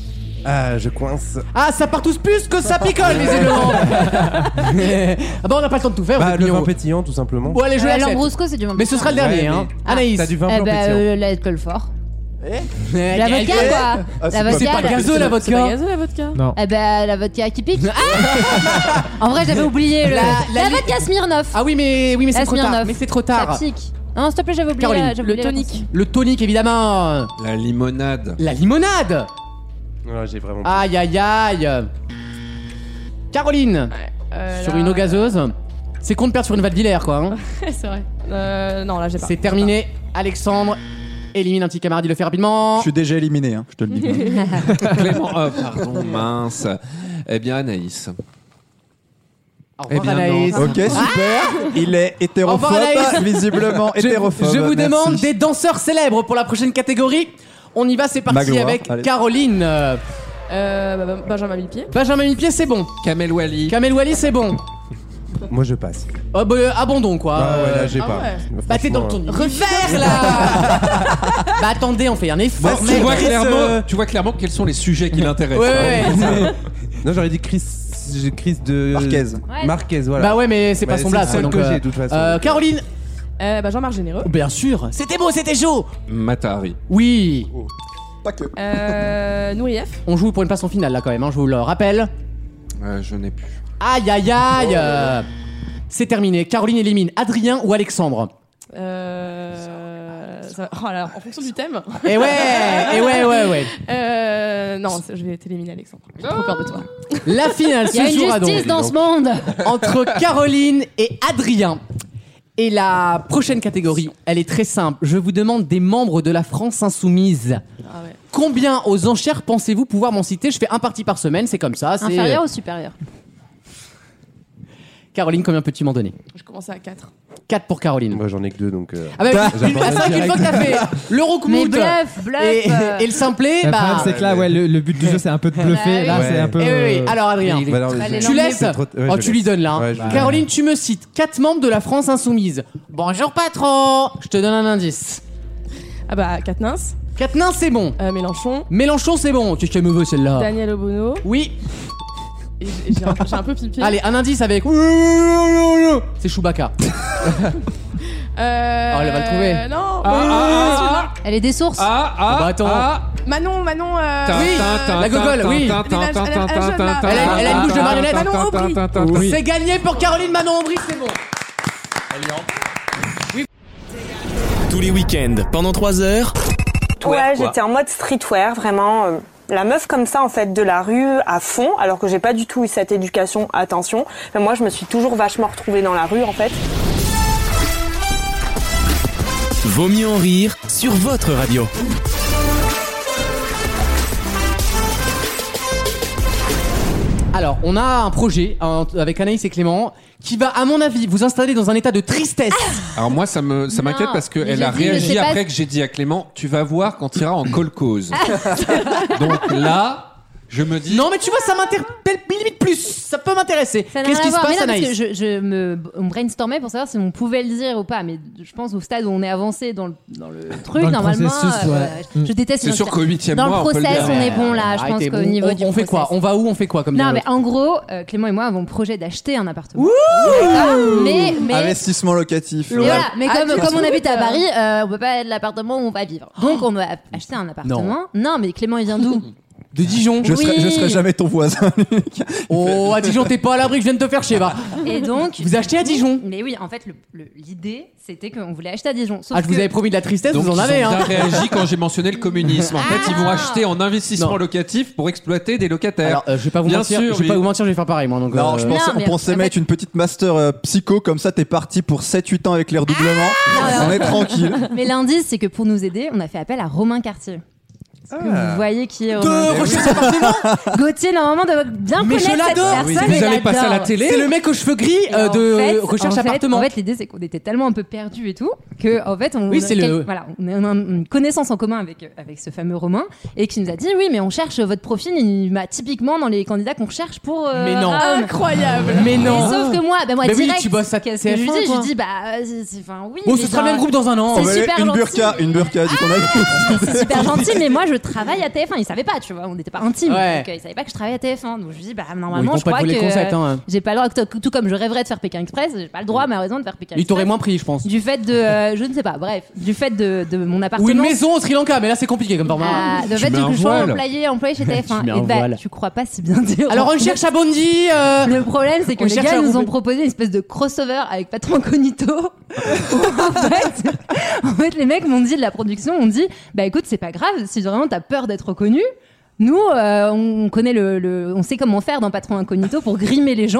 Ah, je coince. Ah, ça part tous plus que ça picole, visiblement. Ah bah on n'a pas le temps de tout faire. Bah, vous êtes le mignons. vin pétillant, tout simplement. Bon allez, je Euh, l'accepte. Lambrusco, c'est du vin Mais ce sera le dernier, Ouais, hein. mais- Anaïs. T'as du vin Eh blanc bah, pétillant. euh, l'alcool fort. Eh, La vodka, eh, quoi. Ah, La c'est pas- vodka. C'est pas la- gazeux la C'est pas vodka. gazeux la vodka. Non. Eh ben, la vodka qui pique. En vrai, j'avais oublié le... La- la, la- vodka Smirnoff. Ah oui, mais oui, mais c'est La trop tard. Smirnoff. Mais c'est trop Ça tard. pique. Non, s'il te plaît, j'avais oublié. Caroline, la- j'avais Le oublié la tonic. consigne. Le tonic, évidemment. La limonade. La limonade. Ouais, j'ai vraiment. Aïe aïe aïe. Caroline, Euh, sur là- une eau gazeuse. C'est con de perdre sur une Valvillers, quoi. hein. C'est vrai. Euh, non, là j'ai pas. C'est terminé. Alexandre élimine un petit camarade, il le fait rapidement. Je suis déjà éliminé, hein, je te le dis. Clément, oh, pardon, mince. Eh bien, Anaïs. Au Eh revoir, bien, Anaïs. non. Ok, super. Il est Au revoir, hétérophobe, Anaïs. visiblement Je, hétérophobe. je vous Merci. demande des danseurs célèbres pour la prochaine catégorie. On y va, c'est parti Magloire, avec allez. Caroline. Euh, Euh, bah, bah, Benjamin Millepied. Benjamin Millepied, c'est bon. Kamel Wally. Kamel Wally, c'est bon. Moi, je passe. Oh, bah, abandon, quoi. Ah ouais, là, j'ai ah pas. ouais. Bah t'es dans ton Franchement, univers là. Bah attendez, on fait un effort. tu, mec. vois Chris, clairement, euh, tu vois clairement quels sont les sujets qui l'intéressent. Ouais, ouais, hein. ouais. Non, j'aurais dit Chris. J'ai Chris de. Marquez. Ouais. Marquez, voilà. Bah ouais, mais c'est pas Bah, son c'est blast. le seul donc, que euh, j'ai, de toute façon. euh, Caroline. Euh, bah, Jean-Marc Généreux. Bien sûr. C'était beau, c'était chaud. Matahari. Oui. Pas que. Euh, Nourieff. On joue pour une place en finale là quand même. Hein, je vous le rappelle. Euh, je n'ai plus. Aïe aïe aïe. euh, C'est terminé. Caroline élimine Adrien ou Alexandre. Euh, ça- oh, alors, en fonction du thème. Et ouais, et ouais, ouais, ouais. Euh, non, c'est- je vais t'éliminer, Alexandre. J'ai trop peur de toi. La finale Il y a se une jouera justice donc dans ce monde. entre Caroline et Adrien. Et la prochaine catégorie, elle est très simple. Je vous demande des membres de la France Insoumise. Ah ouais. Combien aux enchères pensez-vous pouvoir m'en citer? Je fais un parti par semaine, c'est comme ça. c'est- Inférieur ou supérieur? Caroline, combien peux-tu m'en donner? Je commençais à quatre. quatre pour Caroline. Moi, j'en ai que deux, donc. euh, Ah bah, J'abandonne une- ah, c'est vrai qu'une fois que t'as fait le Mais roukmout bluff, bluff. et, euh. et le simplet, Le problème, bah. c'est que là, ouais, le, le but du jeu, c'est un peu de bluffer. Bah Là, oui. c'est un peu. Eh oui, oui. euh, Alors Adrien, bah non, Allez, je- tu non, laisses c'est trop- ouais, Oh, je tu lui laisse. donnes là. hein. Ouais, je lui donne. Caroline, tu me cites quatre membres de la France Insoumise. Bonjour patron. Je te donne un indice. Ah bah, Quatennens, Quatre nains, c'est bon. euh, Mélenchon, Mélenchon, c'est bon. Qu'est-ce qu'elle me veut celle-là? Daniel Obono. Oui. Et j'ai j'ai un, j'ai un peu pipié. Allez, un indice avec. C'est Chewbacca. Euh, Oh, elle va le trouver. Non. Ah, ah, ah, Elle est des sources. ah, ah, Bah, attends. ah. Manon, Manon. Euh, Tin, Oui, tin, tin, la gogole, tin, oui. tin, tin, Elle a- tin, elle a- tin, elle a- tin, tin, elle a- elle a une bouche de tin, marionnette. tin, Manon tin, Aubry. tin, tin, tin. C'est gagné pour Caroline Manon Aubry, c'est bon. Tous les week-ends, pendant trois heures. Ouais, j'étais en mode streetwear, vraiment. euh, la meuf comme ça, en fait, de la rue à fond, alors que j'ai pas du tout eu cette éducation, attention. Mais moi, je me suis toujours vachement retrouvée dans la rue, en fait. Vaut mieux en rire sur votre radio. Alors, on a un projet hein, avec Anaïs et Clément qui va, à mon avis, vous installer dans un état de tristesse. Alors moi ça me ça Non, m'inquiète parce mais qu'elle j'ai a dit, je réagi sais pas après si- que j'ai dit à Clément tu vas voir quand tu iras en call-cause. Donc là je me dis Non, mais tu vois, ça m'interpelle limite plus. Ça peut m'intéresser. Ça n'a Qu'est-ce rien qui à se voir. Mais passe, non, parce Anaïs que je, je me, on brainstormait pour savoir si on pouvait le dire ou pas. Mais je pense au stade où on est avancé dans le, dans le truc, Dans le normalement. processus, ouais. euh, Mm. je déteste c'est les sûr gens- qu'au huitième Dans mois le on peut le process, dire. on est bon là. Je Arrêtez, pense qu'au on- niveau on, du on fait quoi? process. On va où? On fait quoi comme Non, dialogue mais en gros, euh, Clément et moi avons le projet d'acheter un appartement. D'accord, mais mais Investissement locatif. Et voilà, mais Ah, comme, tu comme on trouves, habite à euh, Paris, euh, on peut pas être l'appartement où on va vivre. Donc on doit acheter un appartement. Non, mais Clément il vient d'où? De Dijon. Je, serai, Oui. je serai jamais ton voisin. Oh, à Dijon, t'es pas à l'abri que je viens de te faire chier, va. Et donc. Vous achetez à Dijon? Mais oui, en fait, le- le- l'idée c'était qu'on voulait acheter à Dijon. Sauf Ah, je vous que- avais promis de la tristesse, Donc vous en ils avez, ont bien hein. réagi quand j'ai mentionné le communisme. En fait, ils vont Ah. acheter en investissement Non. locatif pour exploiter des locataires. Alors, euh, je vais pas vous Bien mentir, sûr, je vais oui. pas vous mentir, je vais faire pareil, moi. Donc, Non, euh, je pensais, Non, mais on pensait en mettre fait- une petite master euh, psycho, comme ça t'es parti pour sept huit ans avec les redoublements. Ah, on est tranquille. Mais l'indice, c'est que pour nous aider, on a fait appel à Romain Cartier. Est-ce que vous voyez qui est Romain De recherche appartement. Gauthier, normalement, doit bien Mais je connaître cette l'adore. personne. Oui. il Vous allez passer à la l'adore. télé C'est le mec aux cheveux gris Et euh, en de fait- recherche en fait- appartement. En fait, l'idée, c'est qu'on était tellement un peu perdus et tout que, en fait, on, Oui, c'est quel- le- voilà, on a une connaissance en commun avec, avec ce fameux Romain et qui nous a dit oui, mais on cherche votre profil. Il m'a typiquement dans les candidats qu'on recherche pour. euh, Mais non. Rome. Incroyable. Mais Et non. sauf que moi, bah moi Bah oui, direct, tu bosses à qu'est-ce que je lui T F un, dis Je toi. lui dis bah, c'est- c'est- enfin oui. Bon, mais ce sera le genre, même groupe dans un an. C'est On va aller- super une gentil. burqa, une burqa, dit qu'on a. C'est super gentil, mais moi je je travaille à T F un. Ils savaient pas, tu vois, on n'était pas intimes. Ouais. Donc, euh, ils savaient pas que je travaillais à T F un. Donc je me dis, bah normalement, Bon, ils vont je pas crois te que voler le concept, hein. j'ai pas le droit, tout, tout comme je rêverais de faire Pékin Express, j'ai pas le droit malheureusement de faire Pékin Il Express. t'aurait moins pris, je pense. Du fait de, euh, je ne sais pas, bref, du fait de, de mon appartement. Ou une maison au Sri Lanka, mais là c'est compliqué comme format. Ah, de Tu fait mets de un que je sois voile. employé, employé chez T F un. Tu mets un Et bah, voile. tu crois pas si bien dire. Alors on cherche à Bondy. euh, Le problème, c'est que On les cherche gars à nous ont rouler. proposé une espèce de crossover avec Patron Incognito. Où, en, fait, en fait, les mecs m'ont dit de la production, m'ont dit, bah écoute, c'est pas grave, si vraiment t'as peur d'être reconnu. Nous, euh, on connaît le, le, on sait comment faire dans Patron Incognito pour grimer les gens.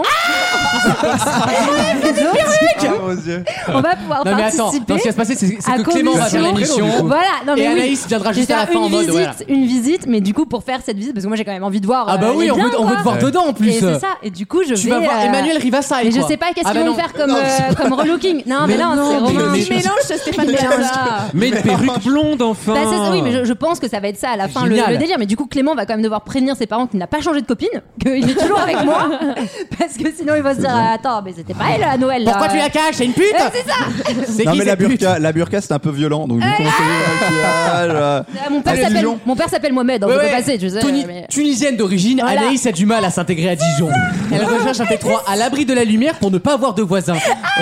On va pouvoir Non mais attends, participer. non, ce qui va se passer, c'est c'est à que Clément va faire condition- l'émission. Voilà, non mais Et oui. Anaïs viendra Je vais juste à la faire fin en une mode. visite, Voilà. une visite, mais du coup pour faire cette visite, parce que moi j'ai quand même envie de voir. Ah bah euh, oui, les on biens, veut, on veut quoi. te voir dedans en plus. Et c'est ça. Et du coup, je Tu vais. vas voir euh, Emmanuel Rivassaï. Mais je quoi. sais pas qu'est-ce Ah qu'ils bah vont non. faire comme, Non, euh, comme relooking. Non, mais, Mais non, non, c'est mais- Romain. mais- Mélange Stéphane Mais Bern. ça. Mais une perruque blonde, enfin. Bah, c'est ça, oui, mais je, je pense que ça va être ça à la fin le, Génial. le délire. Mais du coup, Clément va quand même devoir prévenir ses parents qu'il n'a pas changé de copine, qu'il est toujours avec moi, parce que sinon il va se dire ah, attends, mais c'était pas elle à Noël. Là. Pourquoi tu la caches? C'est une pute? Euh, C'est ça. C'est Non qui mais la cette pute? burqa, la burqa c'est un peu violent donc du coup on fait le maquillage. euh, Ah, Mon père Allez, s'appelle Dijon. mon père s'appelle Mohamed, donc Ouais, on peut ouais. passer, tu sais. Tuni- mais- Tunisienne d'origine, Voilà. Anaïs a du mal à s'intégrer à Dijon. Elle recherche un T trois à l'abri de la lumière pour ne pas avoir de voisins.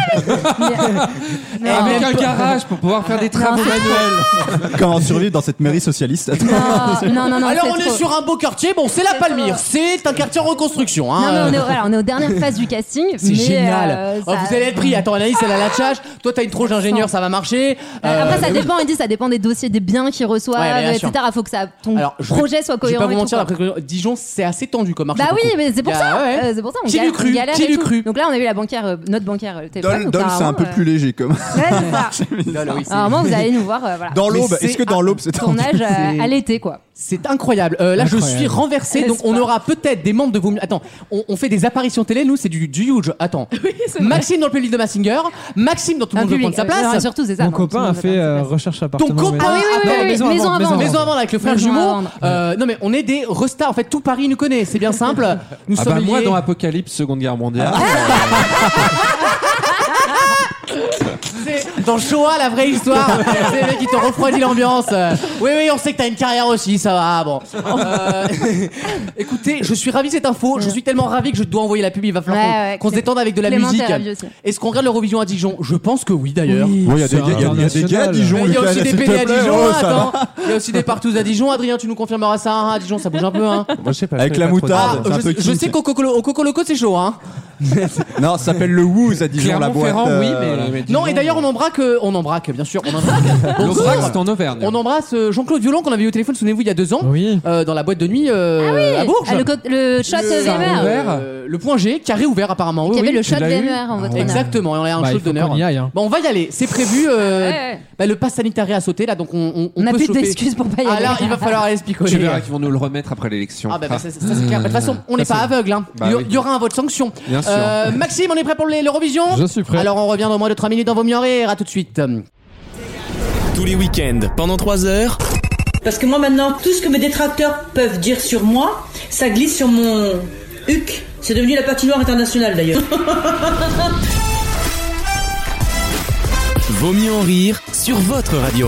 Non. Avec un garage pour pouvoir faire des travaux Non, c'est manuels. Comment survivre dans cette mairie socialiste? Non, non, non, non. Alors c'est on est trop. sur un beau quartier, bon c'est la Palmyre, c'est un quartier en reconstruction. Hein. Non, mais on est, voilà, on est aux dernières phases du casting. C'est mais, génial. euh, Oh, ça- vous allez être pris. Attends, Anaïs, elle a la tchatche. Toi, t'as une tronche d'ingénieur, ça va marcher. Euh, Après, Euh, ça dépend, il dit, ça dépend des dossiers, des biens qu'ils reçoivent, Ouais, mais bien sûr. et cetera. Faut que ça, ton Alors, je vais- projet soit Je vais cohérent. pas vous et tout, mentir, quoi. après, Dijon, c'est assez tendu comme marché. Bah pour oui, le coup. mais c'est pour Il y a- ça. ouais. euh, c'est pour ça. On Qui galère, l'eût cru on galère Qui et l'eût tout. cru Donc là, on a eu la banquière, euh, notre banquière euh, téléphone. Dol, donc Dol, c'est un apparemment, peu euh, plus léger comme. Ouais, c'est ça. Dol, oui, c'est- Alors, moi, vous allez nous voir, euh, voilà. Dans Mais l'aube, c'est est-ce que dans l'aube c'est tendu? Tournage euh, c'est- à l'été, quoi. C'est incroyable. Euh, là, je Incroyable. suis renversé. Donc, N'est-ce on pas aura peut-être des membres de vos. Attends, on, on fait des apparitions télé. Nous, c'est du, du huge. Attends. Maxime dans le public de Massinger. Maxime dans Tout le Un monde veut public, prendre sa euh, place. surtout, c'est ça. Mon non, tout le copain monde a veut fait prendre sa euh, place. recherche Ton appartement. copain. mais- Ah oui, oui, Ah, oui, non, oui, maison maison à à vendre, vendre. Maison à vendre avec le frère Maison à jumeau. vendre. Euh, non mais on est des restas. En fait, tout Paris nous connaît. C'est bien simple. Nous Ah sommes bah moi liés. dans Apocalypse Seconde Guerre mondiale. C'est dans Shoah, la vraie histoire. C'est le mec qui te refroidit l'ambiance. Euh, Oui, oui, on sait que t'as une carrière aussi, ça va. Bon. Euh, écoutez, je suis ravi de cette info. Je suis tellement ravi que je dois envoyer la pub. Il va falloir Ouais, qu'on ouais, qu'on se Clé- détende avec de la Clément, musique. t'es ravi aussi. Est-ce qu'on regarde l'Eurovision à Dijon? Je pense que oui, d'ailleurs. Oui, il y a des C'est gars- il y a- il y a des gars à international. Dijon, Mais il y a Lucas, aussi des s'il te P D à plaît. Dijon, Oh, hein, ça attends. va. Il y a aussi des partous à Dijon. Adrien, tu nous confirmeras ça, hein, à Dijon, ça bouge un peu, hein. Moi, je sais pas. Avec je la connais pas trop moutarde. ça. c'est un je, peu je kink. sais qu'au Coco, au Coco Loco, c'est chaud, hein. Non, ça s'appelle le Wooz à Dijon, la boîte. Clermont-Ferrand, oui, euh, mais, mais Non, Dijon, et d'ailleurs, on embraque, euh, on embraque, bien sûr, on embraque. l'Aubrac, c'est en Auvergne. On embrasse euh, Jean-Claude Violon qu'on avait eu au téléphone, souvenez-vous, il y a deux ans, Oui. euh, dans la boîte de nuit euh, à Bourges. Ah, le, co- le shot Le- V M R. ouvert. Euh, le point G, qui a réouvert apparemment. Il y Oui, avait oui. le shot l'as V M eu R en votre honneur. Exactement, et on a un Bah, show il faut d'honneur. qu'on y aille, hein. Bon, on va y aller, c'est prévu. euh, Ouais, ouais. bah, le pass sanitaire est à sauter là, donc on, on, On n'a peut plus chauffer. d'excuses pour pas y Ah aller. là, il va falloir aller se picoler. Tu verras qu'ils vont nous le remettre après l'élection. Ah bah, bah, ça, ça, c'est clair. De toute façon, on n'est pas aveugle. Hein. Bah il, y, oui. il y aura un vote sanction. Bien sûr. Euh, Maxime, on est prêt pour les- l'Eurovision? Je suis prêt. Alors on revient dans moins de trois minutes dans Vaut mieux en rire. À tout de suite. Tous les week-ends, pendant trois heures. Parce que moi maintenant, tout ce que mes détracteurs peuvent dire sur moi, ça glisse sur mon huc. C'est devenu la patinoire internationale d'ailleurs. Vaut mieux en rire sur votre radio.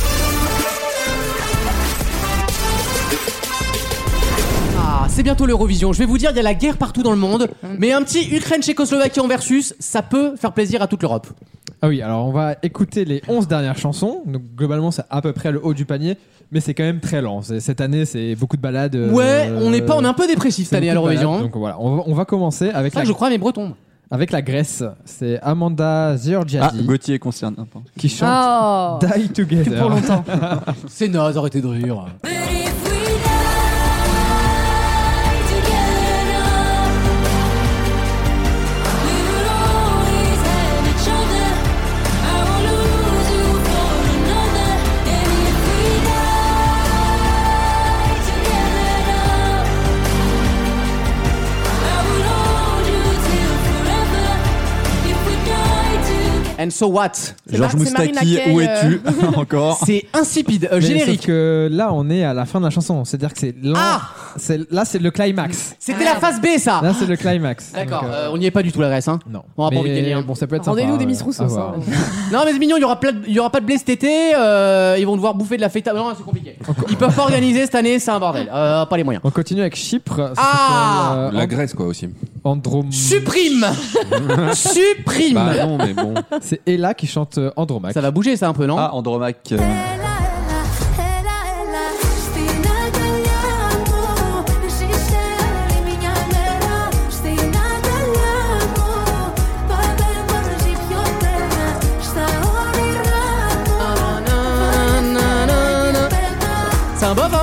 Ah, c'est bientôt l'Eurovision. Je vais vous dire, il y a la guerre partout dans le monde, mais un petit Ukraine-Tchécoslovaquie en versus, ça peut faire plaisir à toute l'Europe. Ah oui, alors on va écouter les onze dernières chansons. Donc globalement, c'est à peu près le haut du panier, mais c'est quand même très lent. C'est- Cette année, c'est beaucoup de balades. euh, Ouais, on est pas, on est un peu dépressif cette c'est année à beaucoup de l'Eurovision. balades. hein. Donc voilà, on va, on va commencer avec C'est ça la, que je crois à mes Bretons. avec la Grèce. C'est Amanda Ah, Georgiadis Gauthier concerne. Ah, pardon. qui chante Oh. Die Together. Pour longtemps. C'est naze, arrêtez de rire. And so what? Georges Moustaki, où es-tu encore? C'est insipide. Euh, Mais générique. sauf que là, on est à la fin de la chanson. C'est-à-dire que c'est lent. Ah c'est, là, c'est le climax. C'était la phase B, ça. Là, c'est le climax. D'accord. Donc, euh, euh, on n'y est pas du tout, la Grèce. Hein. Non. On aura pas envie de Mais gagner. Hein. bon, ça peut être sympa. Rendez-nous des euh, Miss Rousseau, à ça. voir. Non, mais c'est mignon. Il y aura pas de- il y aura pas de blé cet été. euh, ils vont devoir bouffer de la feta. Non, c'est compliqué. Ils peuvent pas organiser cette année. C'est un bordel. Euh, pas les moyens. On continue avec Chypre. Ça Ah s'appelle, euh, La Grèce, quoi, aussi. Androm... Supprime. Supprime. Bah non, mais bon. C'est Ella qui chante euh, Andromaque. Ça va bouger, ça un peu, non? Ah, Andromaque. euh, C'est un bof, hein?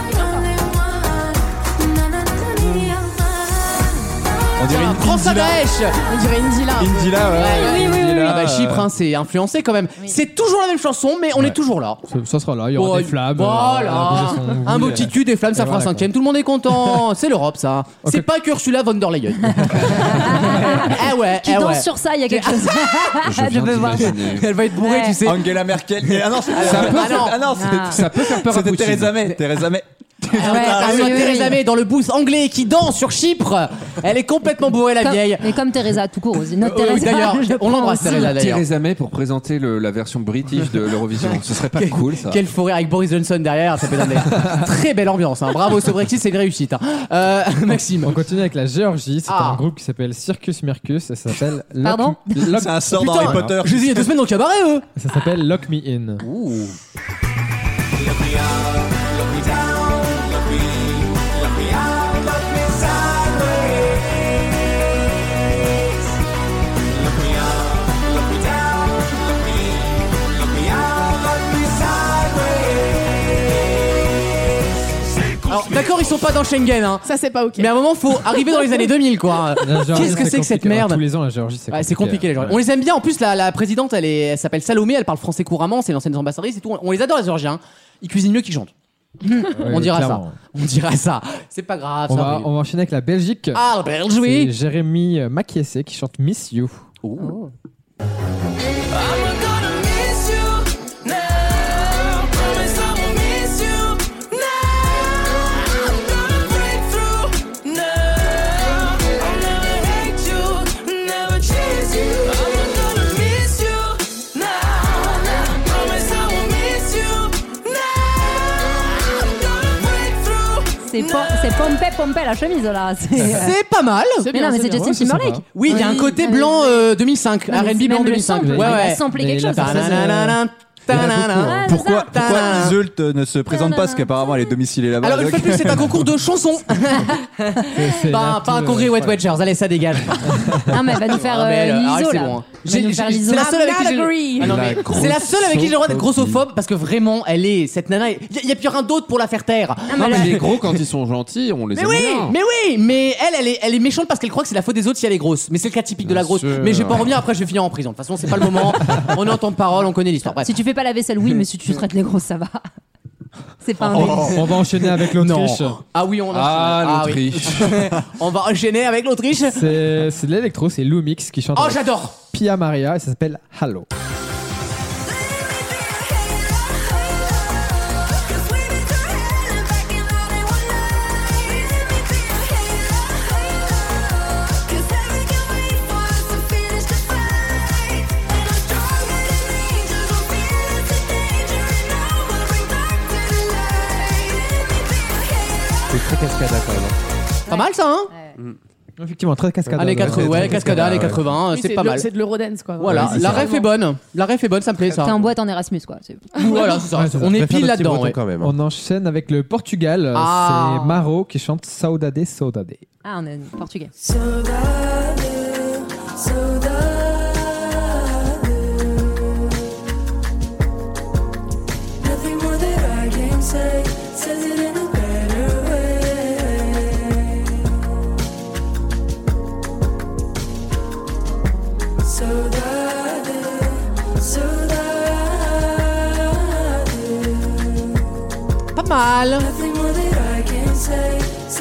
On dirait une Prends sa Indila. bêche. On dirait Indila. un peu. Indila, ouais. Ouais, oui, oui, oui. Indila, Ah bah, euh, Chypre, hein, c'est influencé quand même. C'est toujours la même chanson, mais on Ouais. est toujours là. Ça, ça sera là, il y aura Oh, des flammes. euh, Voilà. on va bouger son Un boule. beau petit cul, des flammes, ça Et fera voilà, cinquième. Tout le monde est content. C'est l'Europe, ça. C'est pas qu'Ursula von der Leyen. Ah ouais, Tu ah danses ouais. sur ça, il y a quelque chose. Je Je viens veux voir. d'imaginer. Elle va être bourrée, Ouais. tu sais. Angela Merkel. Ah non, c'est- Ça peut ah faire- non, ah non, c'est- Ah. Ça peut faire peur à c'était Poutine. Theresa May. Theresa May. Ah ouais, Ah ah oui, oui, oui, Theresa oui. May dans le booth anglais qui danse sur Chypre. Elle est complètement bourrée, la Comme- vieille. Mais comme Teresa, tout court aussi. Notre Euh, oui, Teresa. d'ailleurs, je on prends l'embrasse, aussi. Theresa, d'ailleurs. Theresa May pour présenter le- la version british de l'Eurovision. Ce serait pas cool, ça. Quel forêt avec Boris Johnson derrière, ça fait dingue. Très belle ambiance. Hein. Bravo, ce Brexit, c'est une réussite. Hein. Euh, Maxime. On continue avec la Géorgie. C'est Ah. un groupe qui s'appelle Circus Mircus. Et ça s'appelle Lock- Pardon Lock- C'est un sort dans Putain, Harry Potter. je les ai il y a deux semaines dans le cabaret, eux. Ça s'appelle Lock Me In. Alors, d'accord, ils sont pas dans Schengen, hein. Ça, c'est pas ok. Mais à un moment, faut arriver dans les années deux mille, quoi. La Géorgie, Qu'est-ce que c'est que cette compliqué. merde? Tous les ans, la Géorgie, c'est Ouais, compliqué. c'est compliqué, les gens. Ouais. On les aime bien. En plus, la, la présidente, elle, est, elle s'appelle Salomé, elle parle français couramment, c'est l'ancienne ambassadrice et tout. On les adore, les Géorgiens. Ils cuisinent mieux qu'ils chantent. Ouais, On dira clairement. ça. On dira ça. C'est pas grave. On ça va, arrive. on va enchaîner avec la Belgique. Ah, la Belgique, C'est oui. Jérémy Makiese qui chante Miss You. Oh. C'est po- c'est pompé, pompé la chemise là. C'est euh, C'est pas mal. mais bien, non, mais c'est c'est bien. Justin Ouais, c'est Timberlake. sympa. Oui, il y a un Oui, côté avec- blanc euh, deux mille cinq. Non, mais R and B c'est blanc même le deux mille cinq. sample, Ouais, il a ouais. samplé Mais quelque la chose. personne, Ta-na-na-na, ta-na-na. Ouais, Pourquoi, c'est ça. pourquoi Iseult ne se présente pas parce qu'apparemment elle est domiciliée là-bas. Alors, une donc- fois de plus, c'est un concours de chansons. C'est- c'est Pas, là pas un tout, congrès euh, Wet ouais. Watchers. Allez, ça dégage. Non, mais elle va nous faire Ah, mais euh, elle- une arrête, iso c'est là. bon, hein. Elle va J'ai- nous faire j'ai- l'I S O. C'est la seule avec qui j'ai- agree. Ah non, mais La c'est la seule avec qui j'ai le droit d'être grossophobie. grossophobe parce que vraiment, elle est cette nana. Il y, a- y a plus rien d'autre pour la faire taire. Non, mais les gros, quand ils sont gentils, on les Mais aime oui, bien. mais oui, mais elle, elle est, elle est méchante parce qu'elle croit que c'est la faute des autres si elle est grosse. Mais c'est le cas typique de la Bien grosse. sûr. Mais je vais pas en revenir. Après, je vais finir en prison. De toute façon, c'est pas le moment. On entend de parole, on connaît l'histoire. Bref. Si tu fais pas la vaisselle, oui, mais si tu traites les grosses, ça va. C'est pas un On, délit. on va enchaîner avec l'Autriche. Non. Ah oui, on enchaîne. Ah, oui. l'Autriche. On va enchaîner avec l'Autriche. C'est c'est de l'électro, c'est Lumix qui chante Oh, avec j'adore. Pia Maria et ça s'appelle Hallo. C'est très cascada quand même. Pas mal ça, hein? Effectivement, très cascada. Années quatre-vingts, ouais, Cascada, années ouais. quatre-vingts, Oui, c'est pas de- mal. C'est de l'Eurodance, quoi. Voilà, Ouais, la c'est ref ça. est bonne. La ref est bonne, ça me plaît T'es ça. en boîte en Erasmus, quoi. C'est- Voilà, c'est ça. Ouais, c'est ça. On est Préfère pile le petit là-dedans. breton Ouais. quand même. On enchaîne avec le Portugal. Ah. C'est Maro qui chante Saudade Saudade. Ah, on est portugais. Pas mal.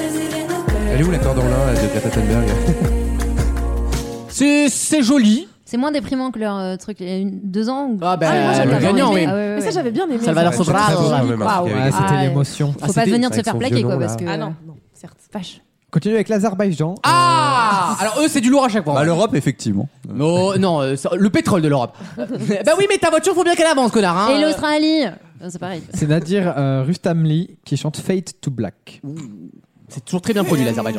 Elle est où l'accord dans l'un de Greta Thunberg? C'est c'est joli. C'est moins déprimant que leur euh, truc. Il y a une- deux ans. Ou... Ah, bah, mais moi, le j'adore. gagnant, Ah, oui. ouais, ouais, Mais ça, ouais. j'avais bien aimé. Salvador ça. Sobral. Très beau, même, Waouh. avec- Ouais, c'était Ah, l'émotion. Faut pas c'était- venir de se avec faire son plaquer, quoi, violon, parce là. que. Ah non, non, certes. Vache. Continue avec l'Azerbaïdjan. Ah alors eux c'est du lourd à chaque fois. Bah, l'Europe, effectivement. Non, non, euh, ça- le pétrole de l'Europe. Bah oui, mais ta voiture, faut bien qu'elle avance, connard. Hein. Et l'Australie. Euh, C'est pareil. C'est Nadir euh, Rustamli qui chante Fade to Black. C'est toujours très bien produit, l'Azerbaïdjan.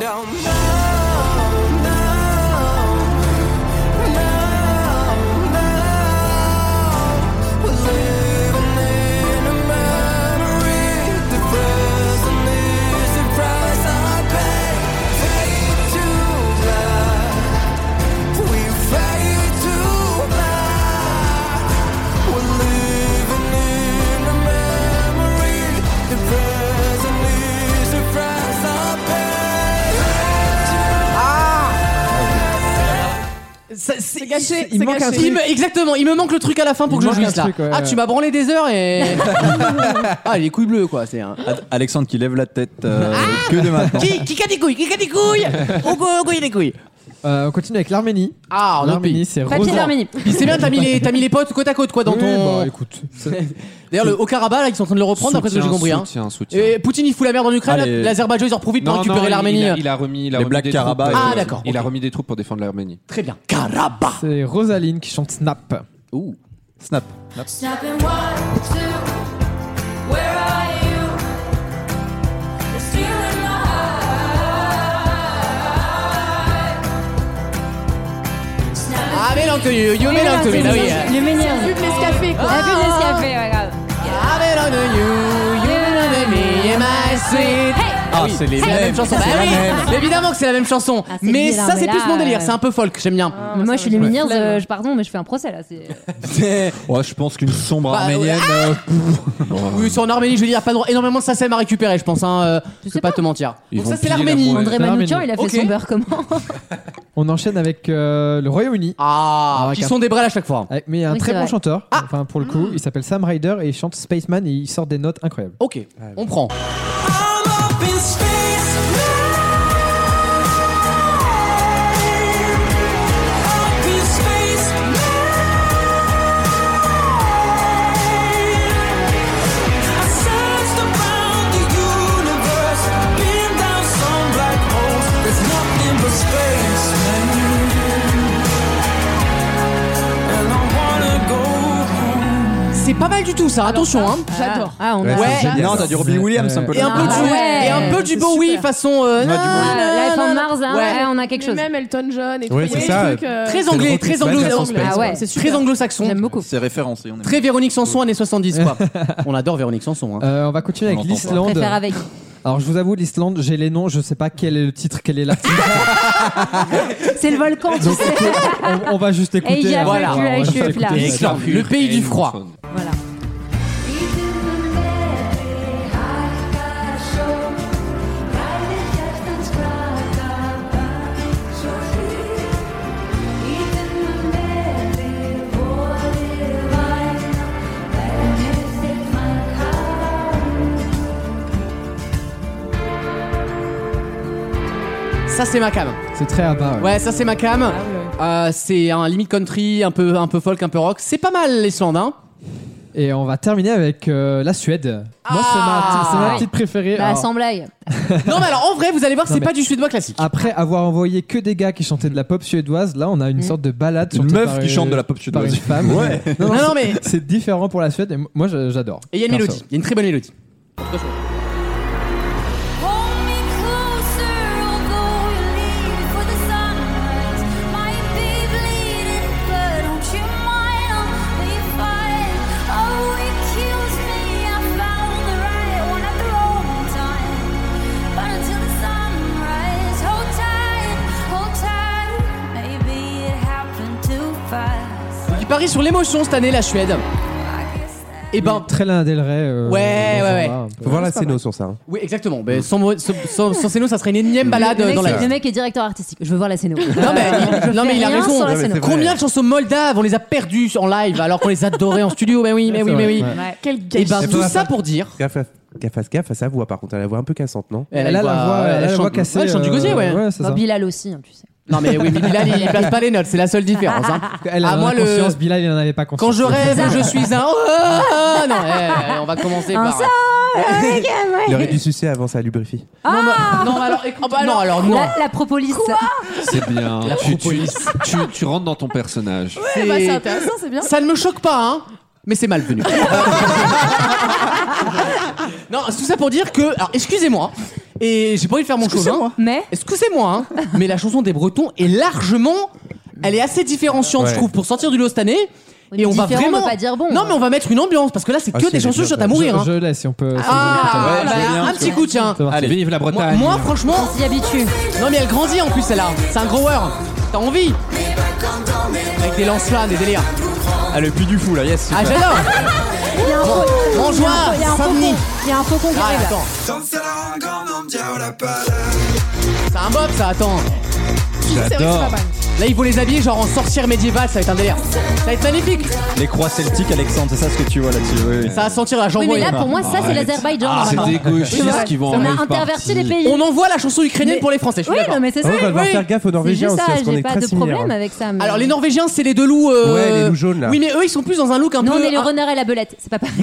Ça, c'est gâché, il c'est manque gâché. un truc. Il me- exactement, il me manque le truc à la fin pour Il que je manque jouisse un là. truc, ouais, ah, ouais. tu m'as branlé des heures et. ah, les couilles bleues quoi, c'est un. Ad- Alexandre qui lève la tête euh, que de maintenant. Qui, qui a des couilles Qui a des couilles Au go, au go, il a des couilles. Euh, on continue avec l'Arménie. Ah, en L'Arménie, pays. c'est Papier Rosa. d'Arménie. Puis c'est bien, t'as mis, les, t'as mis les potes côte à côte quoi dans Oui, ton. bah, écoute. D'ailleurs, le Haut-Karabakh là, ils sont en train de le reprendre d'après ce que j'ai compris. Hein. Soutien, soutien. Et Poutine il fout la merde en Ukraine, Allez. l'Azerbaïdjan ils en profitent pour Non, récupérer non, l'Arménie. Il, a- il a remis, il a Les remis Black des Karabakh. troupes, Ah, euh, d'accord, Il ok. a remis des troupes pour défendre l'Arménie. Très bien. Karabakh. C'est Rosaline qui chante Snap. Ouh. Snap. Snapping one, two, where are you? You're stealing my heart. Snapping Ah, Mélenchon, you Mélenchon, là oui. Le meilleur. Plus de l'escafé, quoi. La pub d'escafé, ouais, grave. Ah, Mélenchon, you, you know me, and my sweet. Ah, oui, c'est les la mêmes. même chanson. C'est Bah la oui, même. évidemment que c'est la même chanson. Ah, c'est mais bien, ça, mais c'est là, plus mon délire. euh, C'est un peu folk, j'aime bien. Mais moi, je suis Lumineers, Ouais. euh, je pardon, mais je fais un procès là. C'est... Ouais, je pense qu'une sombre Bah, arménienne. ouais. euh, Oui, sur en Arménie, je veux dire, il y a pas droit- énormément de SACEM à récupérer, je pense. Hein. euh, Je vais pas te mentir. Ils Donc vont ça, c'est piller la l'Arménie. moelle. André c'est Manoukian, il l'Arménie. a fait Ok. son beurre comment? On enchaîne avec euh, le Royaume-Uni. Ah, Avec qui un- sont des brels à chaque fois. Avec- mais il y a un Oui, très c'est bon vrai. chanteur. Ah. Enfin, pour le coup, il s'appelle Sam Ryder et il chante Spaceman et il sort des notes incroyables. Ok, on prend. I'm up in space now. Up in space now. I searched around the universe, been down some black holes. There's nothing but space, man. And I wanna go home. C'est pas mal du tout ça, attention. Hein. J'adore. Ah, on a. Ouais, Ouais. c'est génial. Non, t'as du Robbie Williams un peu Et un là. peu Ah du, ouais. et un peu du C'est Bowie super. façon. euh, Ouais, du na- Bowie. na- Life on na- Mars, hein, Ouais. ouais, on a quelque Mais chose. même Elton John et tout. Ouais, il y a c'est des ça. trucs, euh, Très C'est anglais, le très retour de anglo, Batman Space. Ah ouais. C'est super. très anglo-saxon. J'aime beaucoup. C'est référencé. On aime. Très Véronique Sanson années soixante-dix quoi. On adore Véronique Sanson. Hein. Euh, on va continuer On avec l'entend pas. l'Islande. Préfère avec. Alors, je vous avoue, l'Islande, j'ai les noms, je sais pas quel est le titre, quel est l'artiste. C'est le volcan, tu sais. on, on va juste écouter. Et il y a hein. plus Voilà, on va la juste chute, là. écouter. Excellent. Le pays du froid. Voilà. Ça c'est ma cam. C'est très à bas. Ouais, ça c'est ma cam. Euh, c'est un limite country, un peu, un peu folk, un peu rock. C'est pas mal l'Islande, hein. Et on va terminer avec euh, la Suède. Moi, c'est Ah. ma, c'est ma Ouais. petite préférée. Bah, Alors, sans blague. Non mais alors en vrai, vous allez voir, Non, c'est mais- pas du suédois classique. après avoir envoyé que des gars qui chantaient de la pop suédoise, là, on a une Mm. sorte de balade Une chantée meuf par qui une- chante de la pop par une suédoise. femme. Ouais. Non, non, Non, non, c'est- mais- c'est différent pour la Suède et moi, je- j'adore. Et il y a une Perso. mélodie. Il y a une très bonne mélodie. Hold me closer, although you leave for the sunrise. Might be bleeding, but don't you mind? I'll be fine. Oh, it kills me. I found the right one at the wrong time. But until the sunrise, hold tight, hold tight. Maybe it happened too fast. Donc, il parie sur l'émotion cette année, la Suède. Et ben, Très Lana Del Rey. euh, Ouais, dans ouais, ce ouais. genre-là, un peu. Faut voir la scéno sur ça. hein. oui, exactement. Mais sans, mo- sans, sans, sans Céno, ça serait une énième balade le, euh, mec, dans la le liste. mec est directeur artistique. Je veux voir la scéno. Non mais, Je non, fais mais il a rien raison. sans la Ouais, mais scéno. c'est vrai. Combien de chansons moldaves on les a perdues en live alors qu'on les adorait en studio? Mais oui, mais oui, mais oui. Ouais. Ouais. Quel Et gâchis. ben Et tout toi, ça Raphaël pour dire. Gaffe, à- qu'elle fasse gaffe à sa voix, par contre, elle a la voix un peu cassante, non Elle a la voix, ouais, elle a la chante- voix cassée. ouais, elle chante du euh, gosier, ouais. Ouais, c'est Bah, ça. Bilal aussi, hein, tu sais. Non mais oui, mais Bilal il place pas les notes, c'est la seule différence. Hein. Elle a Ah, moi, moi, le- conscience, Bilal, il en avait pas conscience. Quand je rêve, je suis un. Oh, non, eh, eh, on va commencer Un par. sort avec un- Il aurait dû sucer avant, ça lubrifie. Non, non, non, alors, écoute, non, alors non. La, la propolis. C'est bien. La Tu, tu, propolis. tu, tu rentres dans ton personnage. C'est- bah, c'est intéressant, c'est bien. Ça ne me choque pas, hein, mais c'est malvenu. Non, tout ça pour dire que. Alors, excusez-moi, et j'ai pas envie de faire mon chauvin. Mais Excusez-moi, hein, mais la chanson des Bretons est largement. Elle est assez différenciante, Ouais. je trouve, pour sortir du lot cette année. Oui, Et mais on va différent vraiment. veut pas dire bon. Non, mais on va mettre une ambiance parce que là, c'est Ah, que si, des elle est chansons bien, sur à ouais. mourir. Je, hein. je laisse si on peut. si Ah, on Ouais, bah, je veux bien, un tu petit coup, tiens. peut. Allez. Vive la Moi, Bretagne. moi, franchement. on s'y habitue. Non, mais elle grandit en plus, celle-là. C'est un grower. T'as envie. Avec des lance-flammes, des délires. Ah, le puits du fou là, yes. Ah, super. j'adore. Il y a un faux- Bonjour, il y a un Saint-Denis. faucon. Il y a un faucon qui Ah, arrive. attends. C'est un bob, ça, attends. C'est vrai que c'est pas mal. Là, il faut les habiller genre en sorcière médiévale, ça va être un délire. Ça va être magnifique. Les croix celtiques, Alexandre, c'est ça ce que tu vois là-dessus. Oui, oui. Ça va sentir la Oui, jambon. mais là, pour moi, ça, c'est l'Azerbaïdjan. Ah, c'est normalement. des gauchistes qui vont en On a rave interverti party. les pays. On envoie la chanson ukrainienne pour les Français, je suis Oui, d'accord. non, mais c'est ça. Ouais, on va devoir oui. faire gaffe aux C'est Norvégiens juste aussi, ça, parce qu'on j'ai est pas très de similaires. problème hein. avec ça. mais- Alors, les Norvégiens, c'est les deux loups. euh, Ouais, les loups jaunes, là. Oui, mais eux, ils sont plus dans un look un Nous, peu. on est le un- renard et la belette. C'est pas pareil.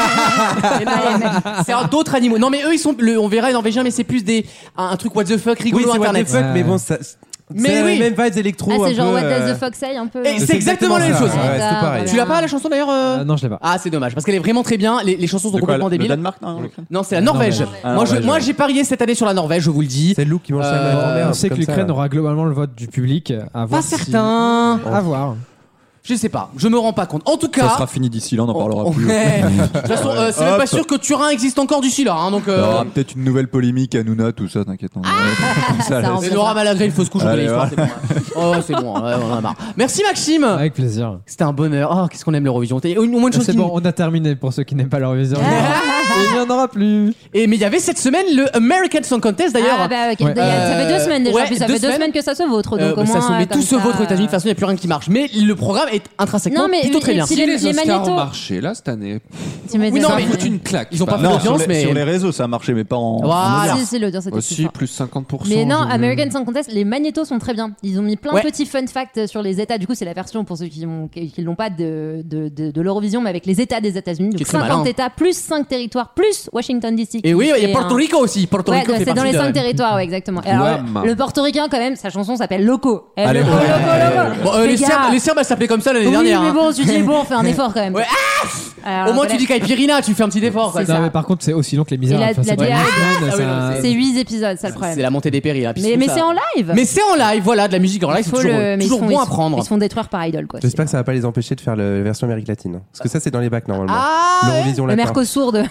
Mais non, c'est un- d'autres animaux. Non, mais eux, ils sont. le- on verra les Norvégiens, mais c'est plus des. Un, un truc what the fuck Oui, rigolo c'est what the internet. fuck, Ouais. mais bon, ça. Mais c'est oui. les mêmes vibes électro. Ah, un c'est genre peu, What euh, does the fox say un peu. Et c'est exactement la même chose. ça, ouais, c'est tout pareil. Tu l'as pas la chanson d'ailleurs euh Euh, non, je l'ai pas. Ah, c'est dommage parce qu'elle est vraiment très bien. Les, les chansons sont De quoi, complètement le débiles. Danemark, non, l'Ukraine Non, c'est la Norvège. Ah, moi, je- Norvège, moi, ouais. j'ai parié cette année sur la Norvège, je vous le dis. C'est le loup qui mange sa Euh, grand-mère. On sait que comme ça, l'Ukraine là. aura globalement le vote du public. À voir Pas si- certain. À voir. Je sais pas. Je me rends pas compte. En tout cas. Ça sera fini d'ici là, on n'en parlera Oh, plus. ouais. De toute façon, euh, c'est même Hop. pas sûr que Turin existe encore d'ici là. Hein, donc. Il y Euh... aura peut-être une nouvelle polémique à Nouna, tout ça, t'inquiète. on- comme ça, là, ça, Et Laura Malagré, une fausse couche, on Allez, connaît l'histoire, c'est bon. Oh, c'est bon, ouais, on en a marre. Merci Maxime. Avec plaisir. C'était un bonheur. Oh, qu'est-ce qu'on aime l'Eurovision. T'as- Au moins une chose C'est qui bon, nous- on a terminé pour ceux qui n'aiment pas l'Eurovision. Et il n'y en aura plus. Et mais il y avait cette semaine le American Song Contest d'ailleurs. Ah, bah, ok. Ouais. Il y a- ça fait deux semaines déjà. Ouais, En plus, ça deux fait deux semaines. semaines que ça se vautre. Euh, Donc, bah, au ça moins, se met euh, tout comme se ça, vautre aux États-Unis. De toute façon, il n'y a plus rien qui marche. Mais le programme est intrinsèquement Non, mais plutôt très et- bien. si Si les- les les Oscars magnétos- ont marché là cette année, Tu m'as Oui, dit non, ça. mais foutu une claque. Ils ont pas c'est fait Non, d'audience, sur, les, mais- sur les réseaux ça a marché, mais pas en. Voilà. en audience. Si, si, l'audience était plus Aussi fort. plus cinquante pour cent. Mais non, j'ai vu. American Song Contest, les magnétos sont très bien. Ils ont mis plein Ouais. de petits fun facts sur les États. Du coup, c'est la version pour ceux qui ont- qui qui l'ont pas de, de, de, de l'Eurovision, mais avec les États des États-Unis. Qui est Donc très cinquante malin. États, plus cinq territoires, plus Washington D C. Et oui, il y a Et Porto un- Rico aussi. Porto Ouais, Rico fait c'est dans partie les de- cinq territoires, ouais, exactement. Et alors, Guam. le, le portoricain, quand même, sa chanson s'appelle Loco. Eh, Allez, Loco, ouais. Loco, Loco. Bon, euh, Les les, gars. Serbes, les Serbes, elles s'appelaient comme ça l'année Oui, dernière. mais hein. bon, tu dis, bon, on fait un effort quand même. Ouais, Alors, Au moins, voilà. tu dis Caipirina, tu fais un petit effort. quoi. C'est Non, ça. mais par contre, c'est aussi long que les Et la, Misérables. Enfin, la c'est pas D A une E, semaine, Ah oui, non, ça- c'est huit épisodes, ça le C'est problème. la montée des périls. Là, puis Mais, tout mais ça. c'est en live. Mais c'est en live, voilà, de la musique en live, Il c'est faut toujours, le- mais ils toujours se font- bon ils à se- prendre. Ils se font détruire par Idol, quoi. J'espère que ça va pas les empêcher de faire le- la version Amérique latine. Parce que ça, c'est dans les bacs normalement. Ah, ouais. L'Eurovision Le latin. Mercosur de.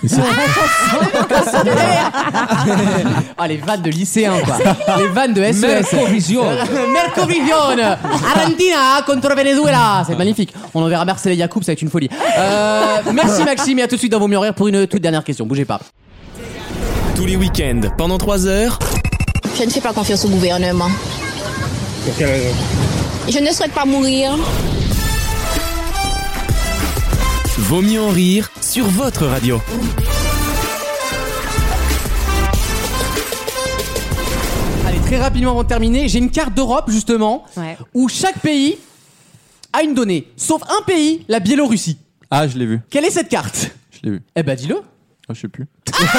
Ah, les vannes de lycéens, quoi. Les vannes de S E S. Mercovision. Mercovision. Argentina contre Venezuela. C'est magnifique. On enverra Marcel et Yacoub, ça va être une folie. Euh, merci Maxime et à tout de suite dans Vos mieux en rire pour une toute dernière question. Bougez pas. Tous les week-ends, pendant trois heures. Je ne fais pas confiance au gouvernement. Pour quelle raison? Je ne souhaite pas mourir. Vaut mieux en rire sur votre radio. Allez, très rapidement avant de terminer, j'ai une carte d'Europe justement Ouais. où chaque pays a une donnée, sauf un pays, la Biélorussie. Ah, je l'ai vu. Quelle est cette carte? Je l'ai vu. Eh ben dis-le. Ah, je sais plus.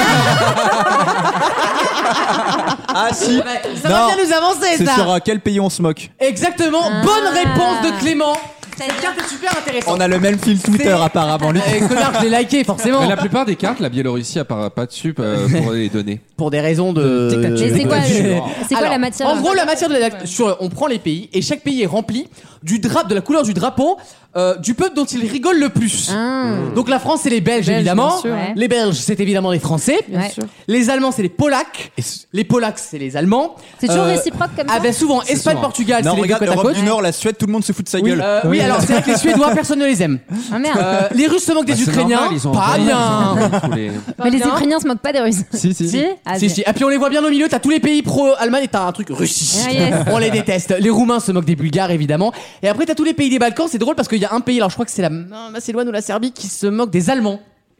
Ah si. Ça va Non. bien nous avancer C'est ça. sur euh, quel pays on se moque. Exactement, Ah. bonne réponse de Clément. Cette carte est super intéressante. On a le même fil Twitter apparemment. Lui. Eh, connard, je l'ai liké forcément. Mais la plupart des cartes, la Biélorussie apparaît pas dessus euh, pour les données. Pour des raisons de. Tic-tac. Mais c'est quoi, Euh, c'est quoi Alors, la matière En gros, la matière de la, sur, on prend les pays et chaque pays est rempli du drap, de la couleur du drapeau euh, du peuple dont il rigole le plus. Ah. Donc la France, c'est les Belges, Belges, évidemment. bien sûr, ouais. Les Belges, c'est évidemment les Français. Ouais. Les Allemands, c'est les Polacs. Les Polacs, c'est les Allemands. C'est toujours Euh, réciproque comme ça. Ah ben souvent, C'est Espagne, souvent. Portugal, Non, c'est les deux regarde, côte à Europe côte. du Nord, la Suède, tout le monde se fout de sa Oui, gueule. euh, oui, alors c'est vrai que les Suédois, personne ne les aime. Ah merde. Euh, les Russes se moquent des Bah, c'est Ukrainiens, normal, ils ont pas envoyé- bien. Tous les- Mais les bien. Ukrainiens se moquent pas des Russes. Si, si. Si Ah, Si, bien. si. Et puis on les voit bien au milieu, t'as tous les pays pro-Allemagne et t'as un truc Russie. Ah, yes. On les déteste. Les Roumains se moquent des Bulgares, évidemment. Et après, t'as tous les pays des Balkans. C'est drôle parce qu'il y a un pays, alors je crois que c'est la Macédoine ou la Serbie, qui se moque des Allemands.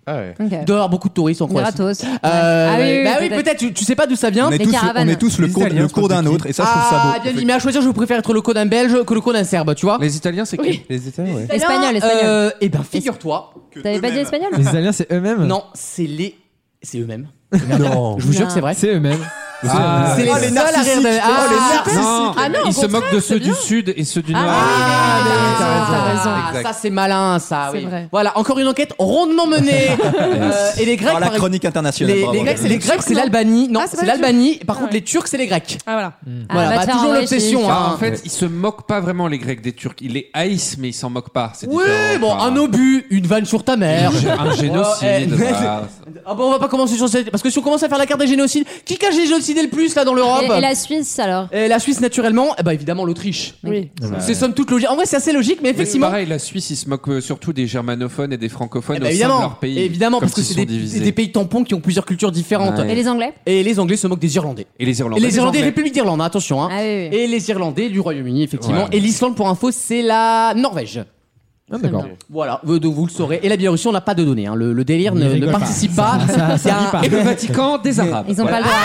Ah ouais. Ok. Il doit y avoir beaucoup de touristes en Des Croatie. ratos. Euh, Ah oui, oui, bah oui, peut-être. peut-être. Tu, tu sais pas d'où ça vient. On est Les tous, caravanes. on est tous le Les cours, Italiens, le je cours pense d'un que- autre, et ça, je trouve ça Ah, beau. bien dit. Mais à choisir, je préfère être le cours d'un Belge que le cours d'un Serbe, tu vois. Les Italiens, c'est qui? Les Italiens, ouais. Espagnol, espagnol. Euh, eh ben, figure-toi. T'avais pas dit espagnol? Les Italiens, c'est eux-mêmes. Non, c'est les. C'est eux-mêmes. Non. Je vous jure Non. que c'est vrai. C'est eux-mêmes. Ah, C'est les Oh, seuls les à rire narcissiques. de. Oh, les Ah, narcissiques. Non, Ah non, au ils se contraire, moquent de c'est ceux bien. du sud et ceux du nord. Ah, t'as ah, raison. ah, ça c'est malin, ça. C'est Oui. vrai. Voilà, encore une enquête rondement menée. Euh, et les Grecs, Alors, la par chronique internationale. les, bravo. les Grecs, c'est les Grecs, c'est l'Albanie. Non, Ah, c'est c'est pas les l'Albanie. Par Ah contre, ouais. les Turcs, c'est les Grecs. Ah voilà. Voilà, Ah, va bah, te faire toujours envoyer l'obsession. chez- Enfin, hein. en fait, ils se moquent pas vraiment les Grecs des Turcs. Ils les haïssent, mais ils s'en moquent pas. C'est Oui, différent. bon, Enfin, un obus, une vanne sur ta mère. un génocide. Oh, eh. voilà. Ah bon, on va pas commencer sur cette. Parce que si on commence à faire la carte des génocides, qui cache les génocides le plus là dans l'Europe? Et, et la Suisse alors? Et la Suisse, naturellement, eh ben, évidemment l'Autriche. Oui. C'est somme toute logique. En vrai, c'est assez logique, mais Mais c'est effectivement. pareil, la Suisse, ils se moquent euh, surtout des germanophones et des francophones Eh au ben, sein de évidemment, leur pays. évidemment, comme parce que s'ils c'est sont des, divisés. des pays tampons qui ont plusieurs cultures différentes. Ouais. Et les Anglais? Et les Anglais se moquent des Irlandais. Et les Irlandais. Et les Irlandais, République d'Irlande, hein, attention. Hein. Ah oui, oui. Et les Irlandais du Royaume-Uni, effectivement. Ouais. Et l'Islande, pour info, c'est la Norvège. Ah, d'accord. Voilà, vous, vous le saurez. Et la Biélorussie, on n'a pas de données. Hein. Le, le délire Ils ne, ne rigolent pas. participe pas. Ça- ça Il y a rit un- pas. Et le Vatican des Arabes. Ils ont Voilà. pas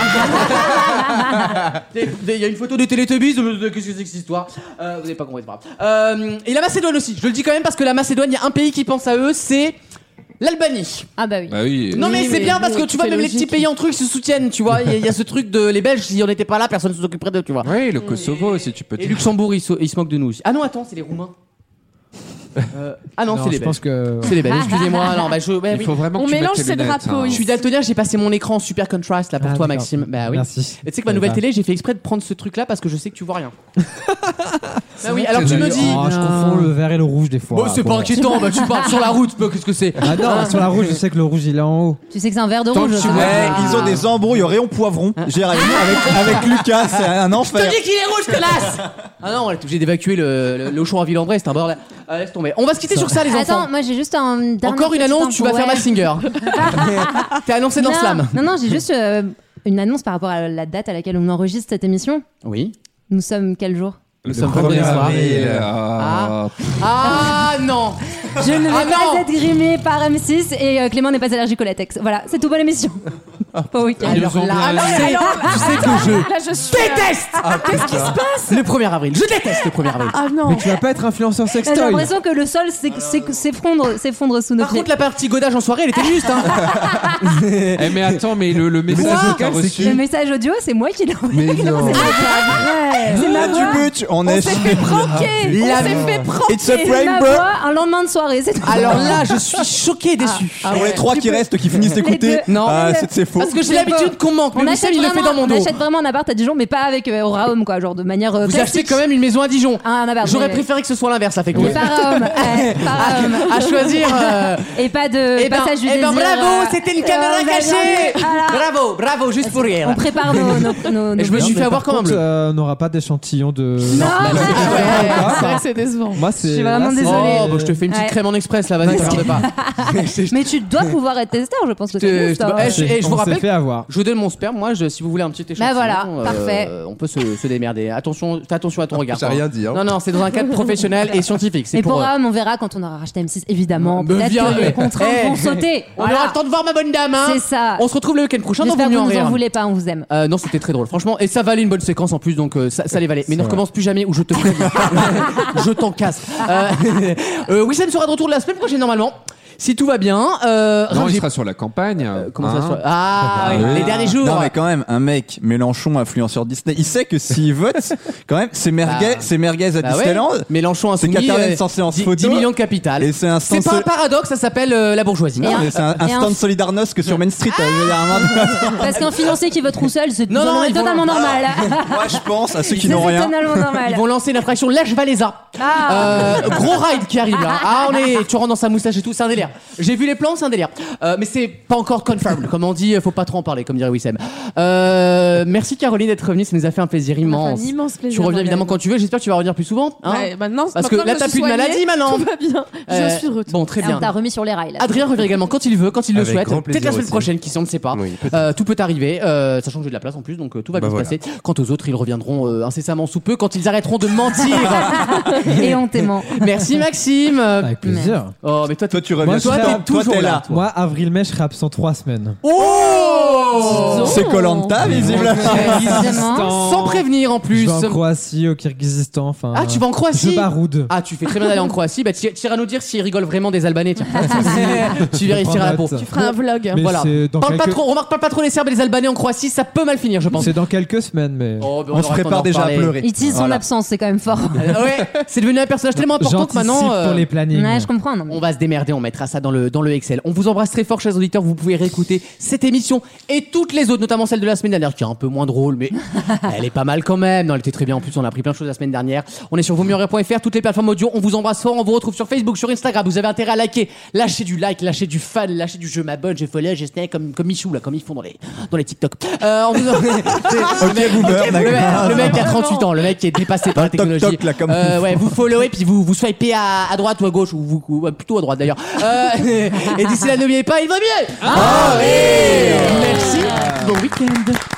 le droit. Il y a une photo des Télétubbies. euh, Qu'est-ce que c'est que cette histoire? euh, Vous n'avez pas compris, c'est pas grave. Euh, et la Macédoine aussi. Je le dis quand même parce que la Macédoine, il y a un pays qui pense à eux, c'est l'Albanie. Ah bah oui. Bah oui. Non mais Oui, c'est mais bien parce que bon, tu vois c'est même les logique. petits pays en truc se soutiennent, tu vois. Il y, a- il y a ce truc de les Belges, si on n'était pas là, personne ne s'occuperait d'eux, tu vois. Oui, le Kosovo, si tu peux Et dire. Luxembourg, ils se, ils se moquent de nous aussi. Ah non, attends, c'est les Roumains. Euh, ah non, Non, c'est les je pense Belges. que. C'est les Belges, excusez-moi. Non, bah, je, ouais, Il oui. faut vraiment On que tu mélange mettes ces les lunettes, drapeaux, hein. Je suis daltonien, j'ai passé mon écran en super contrast là pour Ah, toi, d'accord. Maxime. Bah oui. Merci. Et tu sais que ma Eh nouvelle ben. télé, j'ai fait exprès de prendre ce truc là parce que je sais que tu vois rien. Bah oui, alors que tu me d'ailleurs- dis. Oh, je confonds le vert et le rouge des fois. Bon, c'est pas Bon. inquiétant, bah, tu parles sur la route, bah, qu'est-ce que c'est? Ah non, sur la rouge, je sais que le rouge il est en haut. Tu sais que c'est un verre de Tant rouge. que tu ça vois- va. Ouais, ils ont des embrouilles au rayon poivron. J'ai avec, avec, avec Lucas, c'est un Je enfer. te dis qu'il est rouge, connasse! Ah non, on est obligé d'évacuer le, le, le show à Ville-en-Bray, c'est un bordel. Euh, laisse tomber. On va se quitter sur ça, les enfants. Attends, moi j'ai juste un dernier Encore une petit annonce, tu vas info, faire ouais. Massinger. T'es annoncé dans non, Slam. Non, non, j'ai juste euh, une annonce par rapport à la date à laquelle on enregistre cette émission. Oui. Nous sommes quel jour? Nous sommes vendredi soir. avril, Ah. ah. Ah non! Je ne vais Ah pas non être grimée par M six et euh, Clément n'est pas allergique au latex. Voilà, c'est tout, bonne émission. Bon week-end. Ils nous ont là, bien tu sais, aimé. tu sais que je Là, je suis. déteste Qu'est-ce qui se passe? le premier avril. Je déteste le premier avril. Ah non. Mais tu vas pas être influenceur J'ai sextoy. l'impression que le sol s'é- s'é- s'effondre s'effondre sous nos Par pieds. contre, la partie godage en soirée, elle était juste. Hein. Eh mais attends, mais le, le message Quoi que t'as reçu. Le message audio, c'est moi qui l'ai envoyé. Mais non. C'est pas vrai. C'est ma Ah, voix. du but, on On est. s'est fait pranker. La- On s'est fait pranker. It's a C'est prank, ma bro. voix un lendemain de soirée. C'est tout. Alors là, je suis choqué et déçu. Pour les trois qui restent, qui finissent d'écouter, deux. Non. ah, c'est c'est faux. Parce que j'ai l'habitude qu'on manque. On Mais Wissem, achète, il le fait vraiment, dans mon on dos. achète vraiment un appart à Dijon, mais pas avec euh, au Raum, quoi, genre de manière euh, Vous achetez classique. quand même une maison à Dijon. Un appart. J'aurais mais- préféré que ce soit l'inverse, ça fait mais quoi pas Raum. Ouais, pas Raum. à choisir. euh, Et pas de Eh ben, passage du eh ben désir. bravo, euh, c'était une euh, caméra on va cachée. bien- voilà. Bravo, bravo, juste pour rire. On prépare nos. nos, nos, Et je me nos- suis fait Mais avoir par comme un contre, bleu. euh, on n'aura pas d'échantillon de. Non, Bah, mais- C'est vrai que c'est décevant. Moi, c'est. Je suis vraiment là, c'est- désolée. Oh, bah, je te fais une petite Ouais. crème en express là, vas-y, t'emmerdes pas. Mais tu dois pouvoir être testeur, je pense que Je c'est te- juste. je te- hein. eh, je- eh, je vous on s'est rappelle. fait avoir. Je vous donne mon sperme, moi, je, si vous voulez un petit échantillon. Bah voilà, euh, parfait. On peut se, se démerder. Attention, fais attention à ton regard. J'ai quoi. rien dit, hein. Non, non, c'est dans un cadre professionnel et scientifique. C'est Et pour pour. euh, Raum, on verra quand on aura racheté M six, évidemment. Me Peut-être viens, que les eh, contraintes eh, vont sauter. On Voilà. aura le temps de voir ma bonne dame, hein. C'est ça. On se retrouve le week-end prochain dans J'espère Vaut que mieux vous en nous en rire. voulez pas, on vous aime. Euh, non, c'était très drôle, franchement. Et ça valait une bonne séquence en plus, donc euh, ça, ça les valait. Mais ne vrai. recommence plus jamais ou je te préviens. Je t'en casse. Euh, euh, Wissem sera de retour la semaine prochaine normalement. Si tout va bien. Euh, Non, il j'ai- sera sur la campagne. Comment ça hein. se fait Ah, oui, Ah. les derniers jours. Non mais quand même, un mec Mélenchon influenceur Disney, il sait que s'il vote, quand même, c'est merguez, Bah, c'est merguez à Bah ouais. Disneyland. Mélenchon C'est insoumis. Qatar euh, sans séance dix- photo. dix millions de capital. Et c'est un C'est stand pas un so- paradoxe, ça s'appelle euh, la bourgeoisie. Non, mais c'est un, un et un- stand Solidarnosc que sur Main Street. euh, je veux dire, à un moment- Parce qu'un financier qui vote tout seul, c'est Non, non, ils vont- totalement normal. Moi, je pense à ceux qui C'est n'ont rien. totalement normal. Ils vont lancer une attraction Lèche Valéza. Ah. Euh, gros ride qui arrive là. Ah, on est, tu rentres dans sa moustache et tout, c'est un délire. J'ai vu les plans, c'est un délire. Euh, mais c'est pas encore confirmed. Comme on dit, faut pas trop en parler, comme dirait Wissem. Euh, merci Caroline d'être revenue, ça nous a fait un plaisir immense. Un immense plaisir. Tu reviens Morgane. évidemment quand tu veux, j'espère que tu vas revenir plus souvent. Hein Ouais, maintenant, Parce que maintenant là, je t'as suis plus de soignée, maladie maintenant. Tout va bien. Euh, Je suis de retour. Bon, très Ah, bien. on t'a remis sur les rails. Là. Adrien revient également quand il veut, quand il le Avec souhaite. grand Peut-être la plaisir semaine aussi. prochaine, qui sait, on ne sait pas. Oui, peut-être. Euh, tout peut arriver, euh, sachant que j'ai de la place en plus, donc euh, tout va Bah bien voilà. se passer. Quant aux autres, ils reviendront euh, incessamment sous peu quand ils arrêteront de mentir Et on t'aimant. Merci Maxime. Avec plaisir. Oh, mais toi, Toi, tu Moi, reviens je tout suis le là. temps. Toi, t'es là. Moi, avril mai, je serai absent trois semaines. Oh C'est Koh-Lanta, visiblement. Évidemment. Sans prévenir en Je plus. vais en Croatie, au Kyrgyzstan. Enfin, Ah, tu vas en Croatie? Je baroude. Ah, tu fais très bien d'aller en Croatie. Bah, tu tu iras nous dire s'ils rigolent vraiment des Albanais. Tiens. Tu vérifieras la peau. Tu feras un vlog. Mais Voilà. c'est dans Parle pas quelques- trop, remarque pas, pas trop les Serbes et les Albanais en Croatie, ça peut mal finir, je pense. C'est dans quelques semaines, mais. Oh, bah, On se aura le temps prépare d'en déjà à reparler. pleurer. Il tease son Voilà. absence, c'est quand même fort. Euh, ouais, c'est devenu un personnage tellement important que J'anticipe maintenant. euh, pour les plannings. Ouais, je comprends. Non, mais- On va se démerder, on mettra ça dans le, dans le Excel. On vous embrasse très fort, chers auditeurs. Vous pouvez réécouter cette émission et toutes les autres, notamment celle de la semaine dernière, qui est un peu moins drôle, mais elle est pas mal quand même. Non, elle était très bien. En plus, on a appris plein de choses la semaine dernière. On est sur vaut mieux en rire point f r, toutes les plateformes audio. On vous embrasse fort. On vous retrouve sur Facebook, sur Instagram. Vous avez intérêt à liker. Lâchez du like, lâchez du fan, lâchez du je m'abonne, je follow, je snake, comme, comme Michou, là, comme ils font dans les, dans les TikTok. Euh, on vous... Ok, boomer, le, mec, d'accord. le mec qui a trente-huit ans, le mec qui est dépassé par la Toc, toc, technologie. là, comme Euh, il ouais, faut. vous followez puis vous, vous swipez à, à droite ou à gauche ou vous, ou, plutôt à droite d'ailleurs. Euh, et d'ici là, n'oubliez pas, il va mieux. Ah, oui. Merci. Bon week-end.